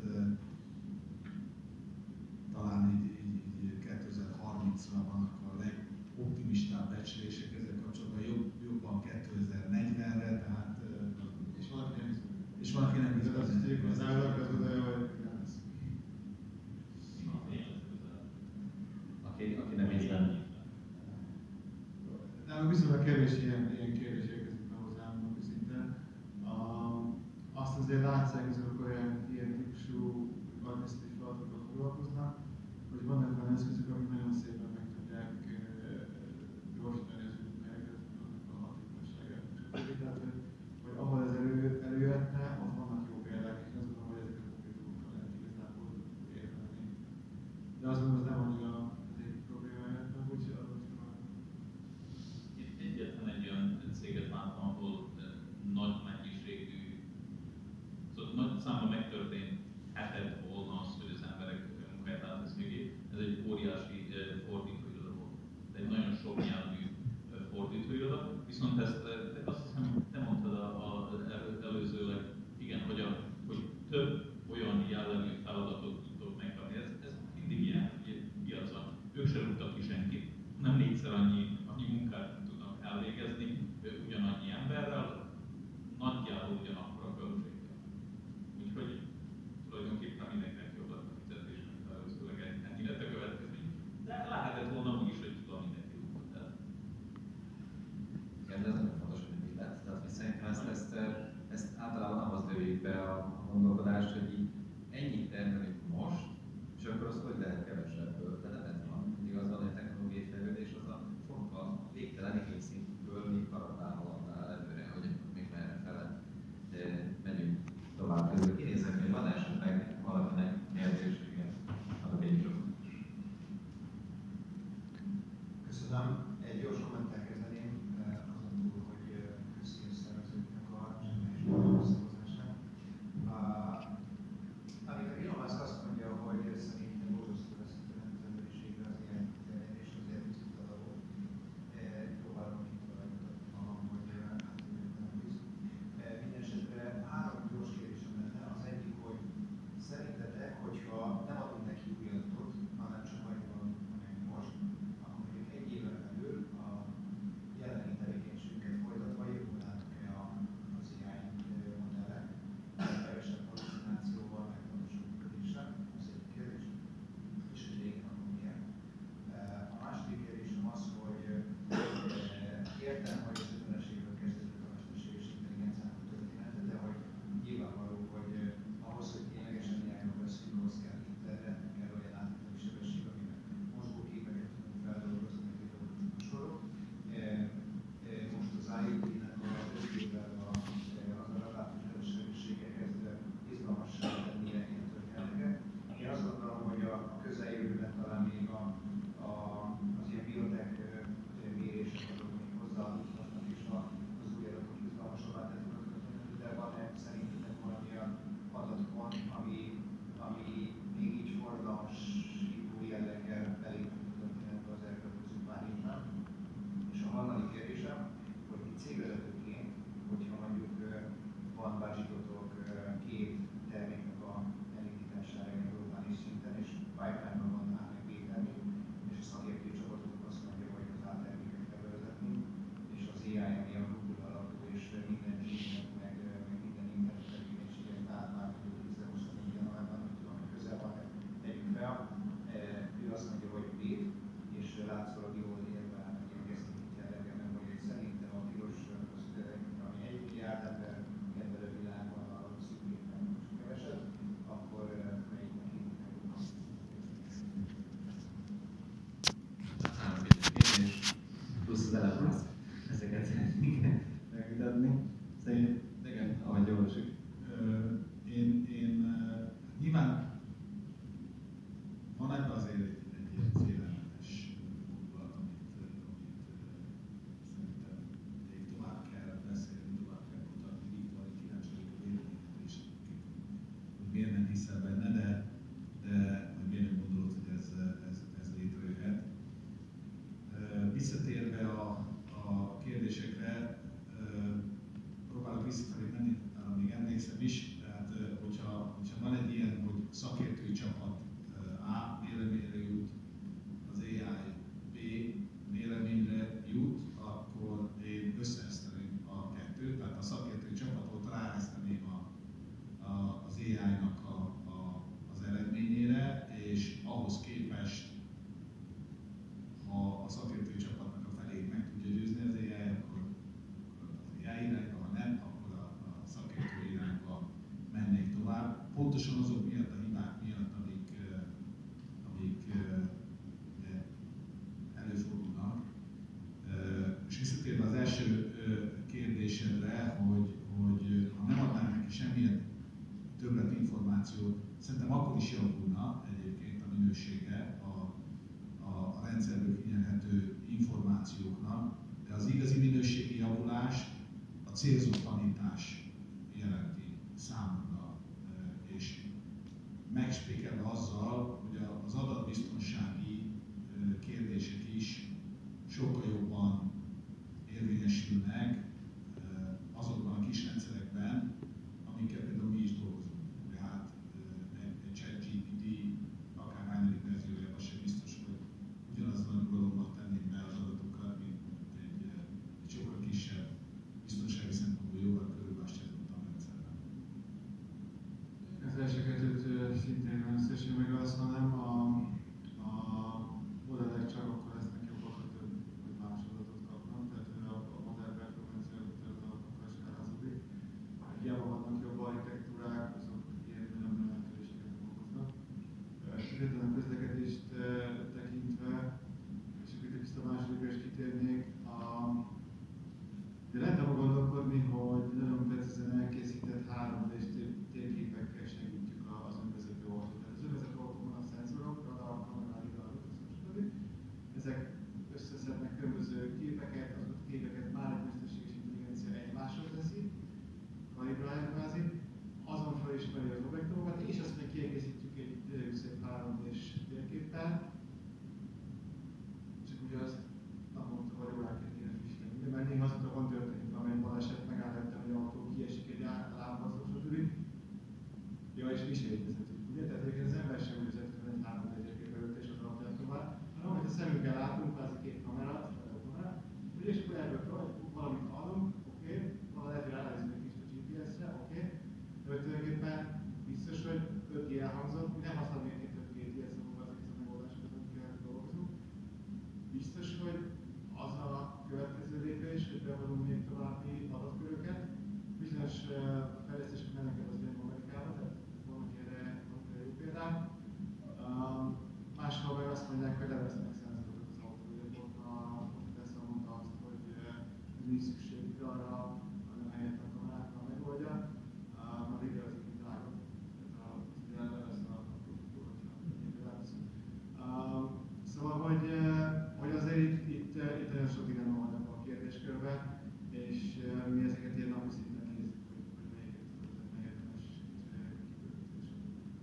talán így, így, így kétezer-harmincra vannak a legoptimistább becslések ezzel kapcsolatban, jobb, jobban kétezer-negyvenre, tehát És valaki nem hisz benne. és valaki nem hisz benne. Az azt az állak az oda, hogy nem lesz. Aki, aki nem hisz benne. Nálunk viszonylag kevés ilyen, ilyen kérdés érkezik be hozzám napi szinten. Uh, azt azért látszák, hogy azok olyan ilyen típusú adminisztratív feladatokkal foglalkoznak, hogy vannak olyan eszközök, amik nagyon szépen meg tudják uh, gyorsítani az ügyfeleket, a hatékonyságát. Tehát, hogy, hogy ahol ez elő, előjöhetne, ott vannak jó példák, és azt gondolom, hogy ezeket a konkrétumokkal lehet igazából érvelni. De azt gondolom, hogy ez nem annyira az egyik problémája, meg úgyhogy azon is van. Itt egyetlen egy olyan céget láttam, ahol nagy mennyiségű, szóval nagy számban megtörtént heted volna az, hogy az emberek munkáját átveszik. Ez egy óriási fordítóiroda volt. De egy nagyon sok nyelvű fordítóiroda, viszont ezt azt hiszem, te mondtad a, a, előzőleg, igen, hogy, a, hogy több olyan jellegű feladatot tudtok megkapni. Ez, ez mindig ilyen, hogy piacon. Ők sem rúgtak ki senkit, nem négyszer annyi, annyi munkát tudnak elvégezni ugyanannyi emberrel, nagyjából ugyanakkor a költséggel. Úgyhogy tulajdonképpen mindenkinek jobb lett a fizetés, mint előzőleg ennyi lett a következmény. De lehetett volna úgy is, hogy tudom, mindenki rúgott el. Igen, de ez nagyon fontos, hogy mit lett. Tehát hogy szerintem ezt, ezt, ezt általában ahhoz lőjük be a gondolkodást, hogy így ennyit termelünk most, és akkor az hogy lehet kevesebből. De nem ez van. Mindig az van, hogy a technológiai fejlődés az a fokkal végtelen igényszintből még harapál haladnál előre, hogy első kérdésedre, hogy, hogy ha nem adnánk neki semmilyen többlet információt, szerintem akkor is javulna egyébként a minősége a, a, a rendszerből kinyerhető információknak, de az igazi minőségi javulás a célzott tanítás jelenti számomra, és megspékelve azzal, hogy az adatbiztonsági kérdések is sokkal jobban érvényesülnek azokban a kis rendszerekben, amikkel például mi is dolgozunk. Tehát egy ChatGPT akárhányadik verziójában sem biztos, hogy ugyanazzal a nyugalommal tennék be az adatokat, mint egy, egy sokkal kisebb, biztonsági szempontból jóval körülbástyázottan rendszerben. Az első kettőt szintén összesen meg azt mondom, a, a modellek csak akkor lesznek jobbak, hogy több vagy más adatot kapnak, tehát a, a modell performance az adatokkal se elhazudik. Hiába vannak jobb architektúrák, azok ilyen nagyon lehetőséget okoznak. Független a közlekedést tekintve, és akkor itt a másodikra is kitérnék, a, de lehet abban gondolkodni, hogy nagyon precízen elkészített három dés térképekkel segítjük az önvezető autót. Tehát az önvezető autóban vannak szenzorok, radar, kamera, lidar, stb. Ezek összeszednek különböző képeket, azokat a képeket már egy mesterséges intelligencia egymásra teszi, kalibrálja kvázi, azon felismeri az objektumokat, és azt még kiegészítjük egy tényleg szép három dés térképpel, csak ugye azt naponta vagy óráként kéne frissíteni. Ugye, mert néha azóta van történik valami baleset, megáll előtte, hogy autó kiesik egy lábazról, stb. Ja, és mi se így vezetünk, ugye? Tehát egyébként az ember sem úgy vezetünk, hogy egy három dés térkép előtt és az alapján tovább, hanem amit a szemünkkel látunk, kvázi két kamerát, kamera, ugye, és akkor ebből valamit adunk, oké, okay, valahogy lehet, hogy ránézünk egy kicsit a gé pé es-re, oké, okay, de hogy tulajdonképpen biztos, hogy öt G elhangzott, mi nem használunk egyébként öt G-t ilyen szóval ezeket a megoldásokat, amikkel dolgozunk. Biztos, hogy az a következő lépés, hogy bevonunk még további adatköröket. Bizonyos uh, fejlesztések mennek el az ilyen Amerikába, tehát vannak erre, vannak erre jó példák. Um, máshol meg azt mondják, hogy levesznek szenzorokat az autóról. Ott a Tesla mondta azt, hogy uh, nincs szükség arra, hanem helyett a kamerákkal megoldja. Uh, a végre az így drága. Tehát az ugye lesz a produktúr, hogyha ilyen példát veszünk. Uh, szóval, hogy, uh, hogy azért itt, itt, itt nagyon sok dilemma van ebben a kérdéskörben, és uh, mi ezeket ilyen napi szinten nézzük, hogy, hogy melyiket tudod, megérdemes kibővítésre.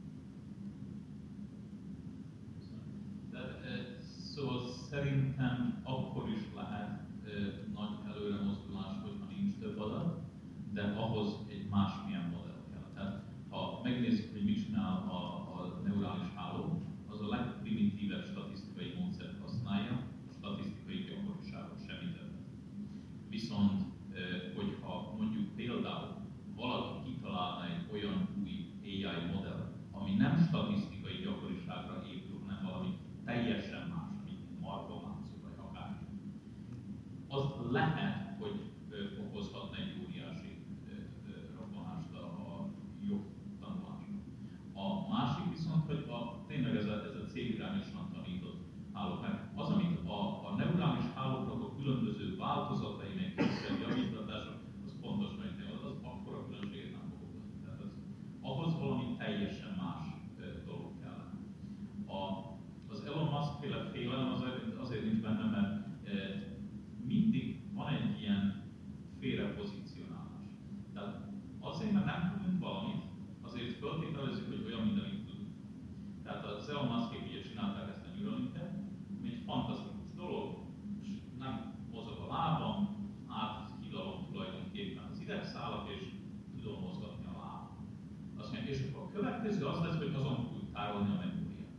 Szóval szerintem akkor is lehet e, nagy előre mozdulás, hogyha nincs több adat, de ahhoz egy másmilyen modell kell. Tehát ha megnézzük, hogy mit csinál a, a neurális háló, az a legprimitívebb statisztikai módszert használja, a statisztikai gyakoriságot, semmi többet. Viszont, e, hogyha mondjuk például valaki kitalálna egy olyan új á i modell, ami nem statisztikai gyakoriságra épül, hanem valami teljesen más, mint markomáció vagy akármi, az lehet, hogy ö, okozhatna egy óriási ö, ö, robbanást a, a jobb tanulásnak. A másik viszont, hogy a, tényleg ez a, ez a célirányosan tanított háló, mert az, amit a, a neurális hálóknak a különböző változatai, meg kisebb javítatások, az pontos megnél, az akkora különbséget nem fog okozni. Tehát az, ahhoz valami teljesen más ö, dolog kellene. A, az Elon Musk féle félelem azért, azért nincs benne, mert e, mindig van egy ilyen félrepozícionálás. Tehát azért, mert nem tudunk valamit, azért föltételezzük, hogy olyan, mint amit tudunk. Tehát az Elon Muskék ugye csinálták ezt a Neuralink-et, ami egy fantasztikus dolog, és nem mozog a lábam, áthidalom tulajdonképpen az idegszálat, és tudom mozgatni a lábam. Azt mondja, és akkor a következő az lesz, hogy azon tud tárolni a memóriát.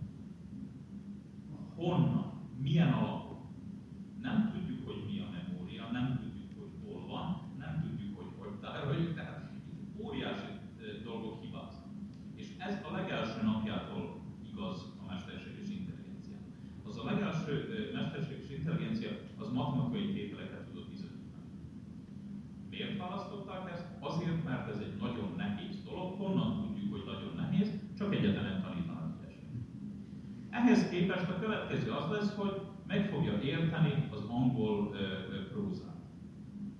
Honnan? Milyen alapon? Nem tudjuk, hogy mi a memória, nem tudjuk, hogy hol van, nem tudjuk, hogy hogy tároljuk, tehát itt óriási dolgok hibáznak. És ez a legelső napjától igaz a mesterséges intelligencia. Az a legelső mesterséges intelligencia az matematikai tételeket tudott bizonyítani. Miért választották ezt? Azért, mert ez egy nagyon nehéz dolog, honnan tudjuk, hogy nagyon nehéz, csak egyetemen tanítanak ügyesen. Ehhez képest a következő az lesz, hogy meg fogja érteni az angol uh, prózát.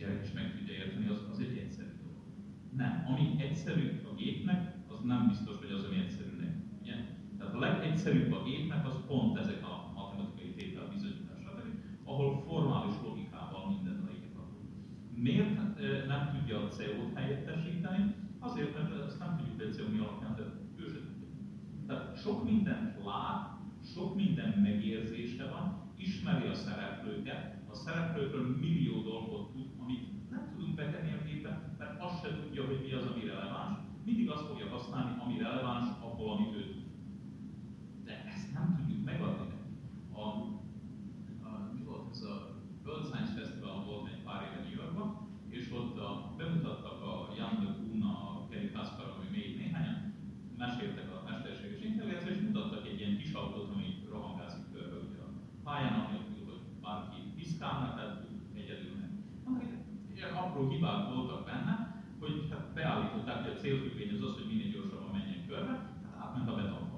kisgyerek is meg tudja érteni, az, az egy egyszerű dolog. Nem, ami egyszerű a gépnek, az nem biztos, hogy az, ami egyszerű nekünk. Ugye? Tehát a legegyszerűbb a gépnek az pont ezek a matematikai tétel bizonyítások, ahol formális logikával minden leírható. Miért nem tudja a cé o-t helyettesíteni? Azért, mert ezt nem tudjuk egy cé o mi alapján, tehát ő sem tudja. Tehát sok mindent lát, sok minden megérzése van, ismeri a szereplőket, a szereplőkről millió dolgot tud, amit nem tudunk betenni a gépbe, mert azt se tudja, hogy mi az, ami releváns. Mindig azt fogja használni, ami releváns, abból, amit ő tud. De ezt nem tudjuk megadni neki. A, a, mi volt ez a World Science Festival volt egy pár éve New Yorkban, és ott a, bemutattak a Jan de Kuhn, a Gary Kasparov, ami még néhányan meséltek a mesterséges intelligenciáról, és mutattak egy ilyen kis autót, ami rohangászik körbe a pályán, anélkül, hogy bárki piszkálna, tehát tud egyedül menni. Ilyen apró hibák voltak benne, hogy hát beállították, hogy a célfüggvény az az, hogy minél gyorsabban menjen körbe, tehát átment a betonba.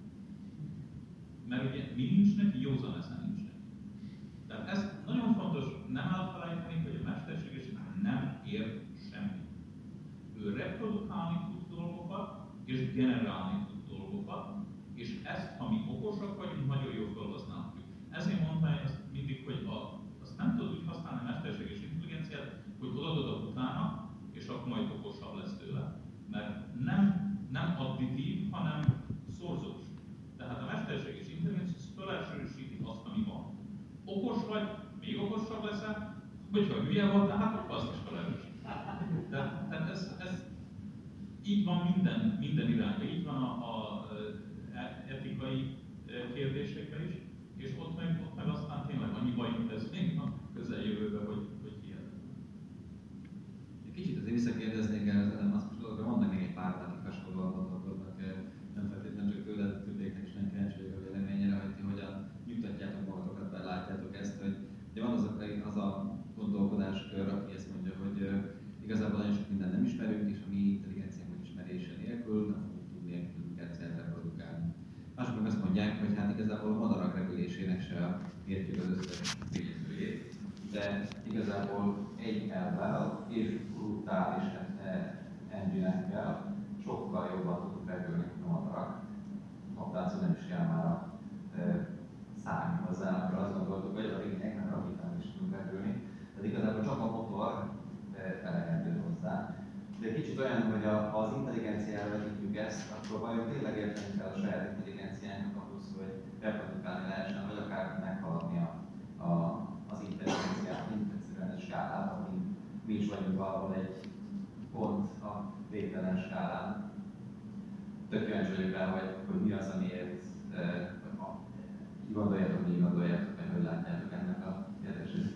Mert ugye mi nincs neki, józan ezen nincs neki. Tehát ez nagyon fontos nem elfelejteni, hogy a mesterséges nem ért semmit. Ő reprodukálni tud dolgokat, és generálni tud dolgokat, és ezt, ha mi okosak vagyunk, nagyon jól felhasználhatjuk. Ezért mondtam ezt mindig, hogy a, azt nem tudod úgy használni a mesterséges intelligenciát, hogy odaadod utána, és akkor majd okosabb lesz tőle. Mert nem, nem additív, hanem szorzós. Tehát a mesterséges intelligencia felelsősíti azt, ami van. Okos vagy, még okosabb leszel, hogyha hülye vagy, de hát akkor azt is felelsősíti. Tehát, tehát ez, ez így van minden, minden irányban, így van a, a, a etikai kérdésekkel is, és ott meg, ott meg aztán tényleg annyi bajunk lesz még a közeljövőben, hogy, hogy hihetetlen. Kicsit azért visszakérdeznék el az Elon Musk dolgokra, vannak még egy pár, akik hasonlóan gondolkodnak, nem feltétlenül csak tőled, többieknek is nem kíváncsi vagyok a véleményére, hogy ti hogyan nyugtatjátok magatokat, belátjátok ezt, hogy de van az a, az a gondolkodáskör, aki ezt mondja, hogy igazából nagyon sok mindent nem ismerünk, és a mi intelligenciánk ismerése nélkül nem fogunk tudni intelligenciát reprodukálni. Mások meg azt mondják, hogy hát igazából a madarak repülésének se értjük az összes tényezőjét, de igazából egy elvvel és brutális engine-ekkel sokkal jobban tudunk repülni, mint a madarak. Laptátszó nem is kell már a e, szállni hozzá, akkor azt gondoltuk, hogy a lényeg, mert a vitán is tudunk repülni. Tehát igazából csak a motor elegendő hozzá. De kicsit olyan, hogy a, ha az intelligenciára vetítjük ezt, akkor vajon tényleg érteni kell a saját intelligenciának ahhoz, hogy reprodukálni lehessen, vagy akár meghaladni a, a, az intelligenciát, mint egyszerűen egy skálát, amin mi is vagyunk valahol egy pont a végtelen skálán. Tök kíváncsi vagyok rá, hogy, hogy mi az, amiért eh, így gondoljátok, így gondoljátok, vagy hogy látjátok ennek a kérdését.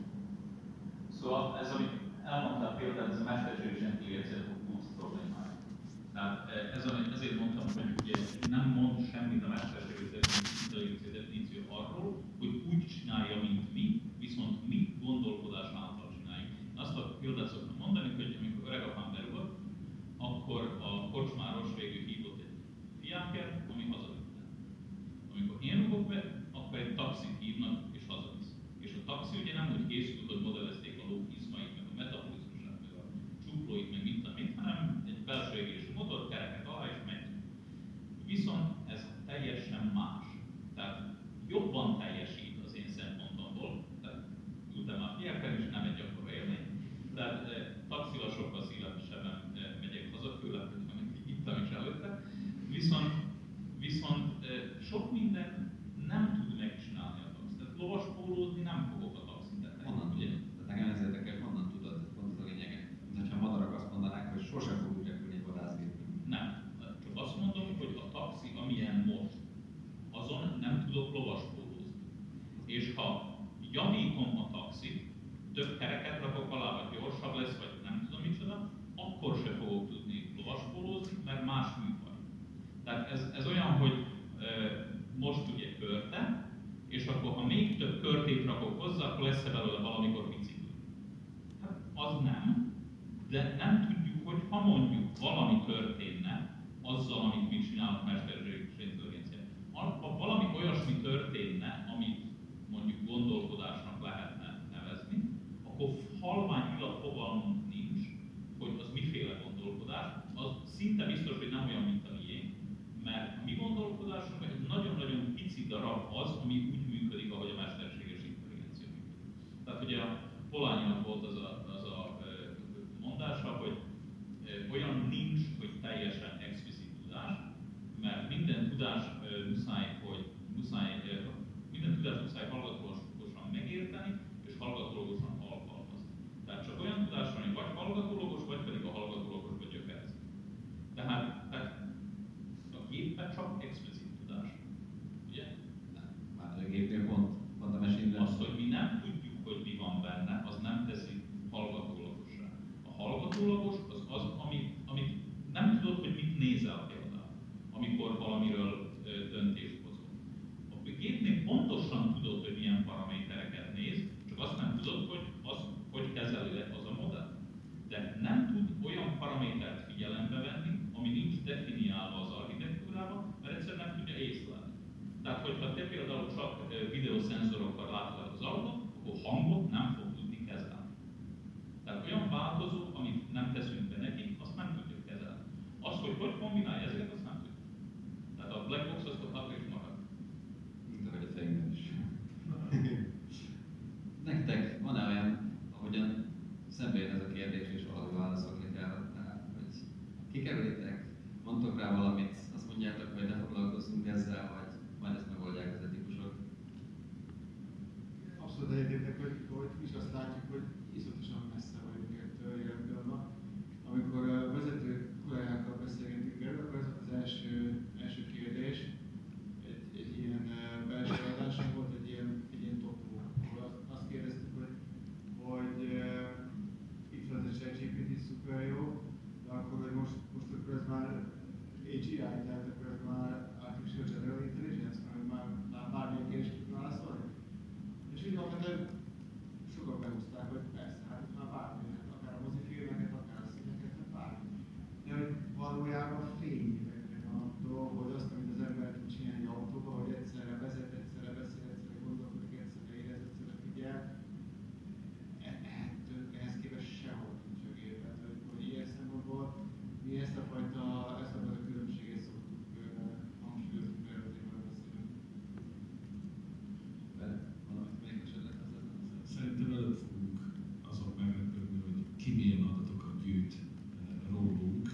Szóval ez, amit elmondtál például, ez a mesterséges intelligencia kulcs problémája. Tehát ez, ezért mondtam, hogy ugye nem mond semmit a mesterséges intelligencia definíció arról, hogy úgy csinálja, mint mi, viszont mi gondolkodás által csináljuk. Azt a példát szoktam mondani, hogy amikor öregapám berúgott, akkor a kocsmáros végül hívott egy fiákért, ami hazavitte. Amikor én rúgok be, akkor egy taxit hívnak és hazavisz. És a taxi ugye nem úgy készült, hogy modellezték a lóizmait, meg a metabolizmusát, meg a csuklóit, meg mint amit, hanem egy belső égésű motor, kereket alá és megy. Viszont ez teljesen más. Tehát jobban teljesít az én szempontomból, tehát ültem már fiákon is, nem egy akkora élmény. Tehát eh, taxival sokkal szívesebben eh, megyek haza, főleg, hogy mondjuk ittam is előtte. Viszont, viszont eh, sok minden nem tud megcsinálni a taxi. Tehát lovaspólózni nem fogok a taxit. Honnan tudod? Tehát nekem ez érdekes, honnan tudod, pont az a lényege. Ha a madarak azt mondanák, hogy sosem fogunk repülni egy vadászgép. Nem. Csak azt mondom, hogy a taxi, amilyen most, azon nem tudok lovaspólózni. És ha javítom a taxit, több kereket rakok alá, vagy gyorsabb lesz, vagy nem tudom micsoda, akkor se fogok tudni lovaspólózni, mert más műfaj. Tehát ez, ez olyan, hogy e, most ugye körte, és akkor ha még több körtét rakok hozzá, akkor lesz-e belőle valamikor bicikli. Hát az nem, de nem tudjuk, hogy ha mondjuk valami történne azzal, amit mi csinálunk mesterséges intelligenciát. Ha valami olyasmi történne, amit mondjuk gondolkodásnak lehetne nevezni, akkor akkor halvány irat fogalmunk nincs, hogy az miféle gondolkodás, az szinte biztos, hogy nem olyan, mint a miénk, mert a mi gondolkodásunk egy nagyon-nagyon pici darab az, ami úgy működik, ahogy a mesterséges intelligencia működik. Tehát ugye a Polanyinak volt az a, az a mondása, hogy olyan nincs, hogy teljesen explicit tudás, mert minden tudás muszáj, hogy muszáj, minden tudás muszáj hallgatólagosan megérteni, és hallgatólagosan alkalmazni. Tehát csak olyan tudás van, hogy vagy hallgatólagos, vagy pedig a hallgatólagosba gyökerezik. Tehát, tehát a gépben csak explicit tudás. Ugye? Nem. Hát a gépnél pont, pont a machine azt, hogy mi nem tudjuk, hogy mi van benne, az nem teszi hallgatólagosra. A hallgatólagos az az, ami, amit nem tudod, hogy mit nézel például, amikor valamiről ö, döntést hozol. A gépnél pontosan tudod, hogy milyen paramétereket néz, csak azt nem tudod, hogy az, hogy kezeli az a modell. De nem tud olyan paramétert figyelembe venni, ami nincs definiálva az architektúrában, mert egyszerűen nem tudja észlelni. Tehát, hogyha te például csak videószenzorokkal látod az autót, akkor hangot nem fog tudni kezelni. Tehát olyan változó, amit nem teszünk be neki, azt nem tudjuk kezelni. Az, hogy hogy kombinálja ezeket, azt nem tudjuk. Tehát a black box azt ott is marad. Mint ahogy a fejünkben is. Nektek van-e olyan, ahogyan szembe jön ez a kérdés, és valahogy válaszolni kell rá, hogy kikerülitek, mondtok rá valamit, azt mondjátok, hogy ne foglalkozzunk ezzel, vagy majd ezt megoldják az etikusok? Abszolút egyetértek, hogy, hogy is azt látjuk, hogy iszonyatosan messze vagyunk ettől jelen pillanatban. Amikor a vezető kollégákkal beszélgetünk erről, akkor ez az első, első kérdés, egy, egy ilyen belső adáson volt, egy ilyen, egy ilyen topó, ahol azt kérdeztük, hogy, hogy uh, itt van ez a ChatGPT szuper jó, de akkor, hogy most, most akkor ez már á gé i, tehát akkor ez már Artificial General Intelligence, mert már, már bármilyen kérdést tudna válaszolni. És úgy alapvetően sokan behúzták, hogy persze, hát itt már bármilyen, akár a mozifilmeket, akár a színeket, hát bármi. De hogy valójában fényévekre van attól, hogy azt, amit az ember tud csinálni egy autóba, hogy egyszerre vezet, egyszerre beszél, egyszerre gondolkodik, egyszerre érez, egyszerre figyel, ehhez képest sehol nincs a gép. Tehát, hogy, hogy ilyen szempontból mi ezt a fajta, ezt a fajta különbséget szoktuk hangsúlyozni, mert azért már beszélünk. Valamit még esetleg hozzá? Szerintem előbb fogunk azon meglepődni, hogy ki milyen adatokat gyűjt rólunk,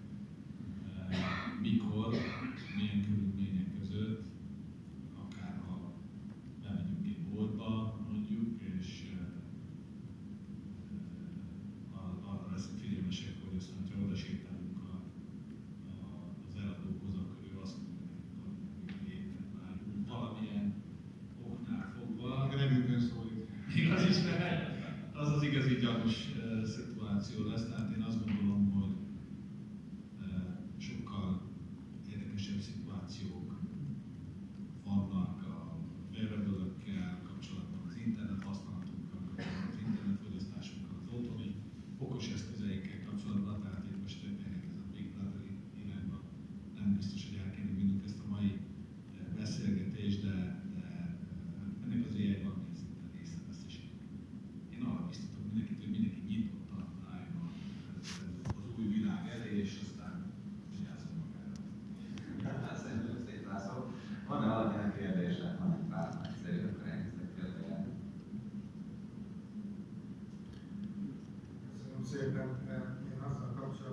mikor, milyen körülmények között, akár ha bemegyünk egy boltba mondjuk, és arra leszünk figyelmesek, hogy aztán, ha oda sétálunk a, a, az eladóhoz, akkor ő azt mondja, hogy éppen várunk valamilyen oknál fogva. A nevünkön szólít. Igaz is, az az igazi gyanús uh, szituáció lesz, tehát én azt gondolom, hogy uh, sokkal érdekesebb szituációk vannak a wearable-ökkel kapcsolatban, az internet használatunkkal kapcsolatban, az internetfogyasztásunkkal, az otthoni okos eszközeinkkel kapcsolatban, tehát itt most elkezdem a Big Brother irányba. Nem biztos, hogy el kéne vinnünk ezt a mai beszélgetést, de, de ennek az éjjel van még szinten észreveszteség. Én arra biztatok mindenkit, hogy mindenki nyitottan álljon az új világ elé, és aztán vigyázzon magára. Hát szerintem szép László. Van-e valakinek kérdése? Van egy pár nagyszerű, akkor elkezdek kérdezni. Köszönöm szépen.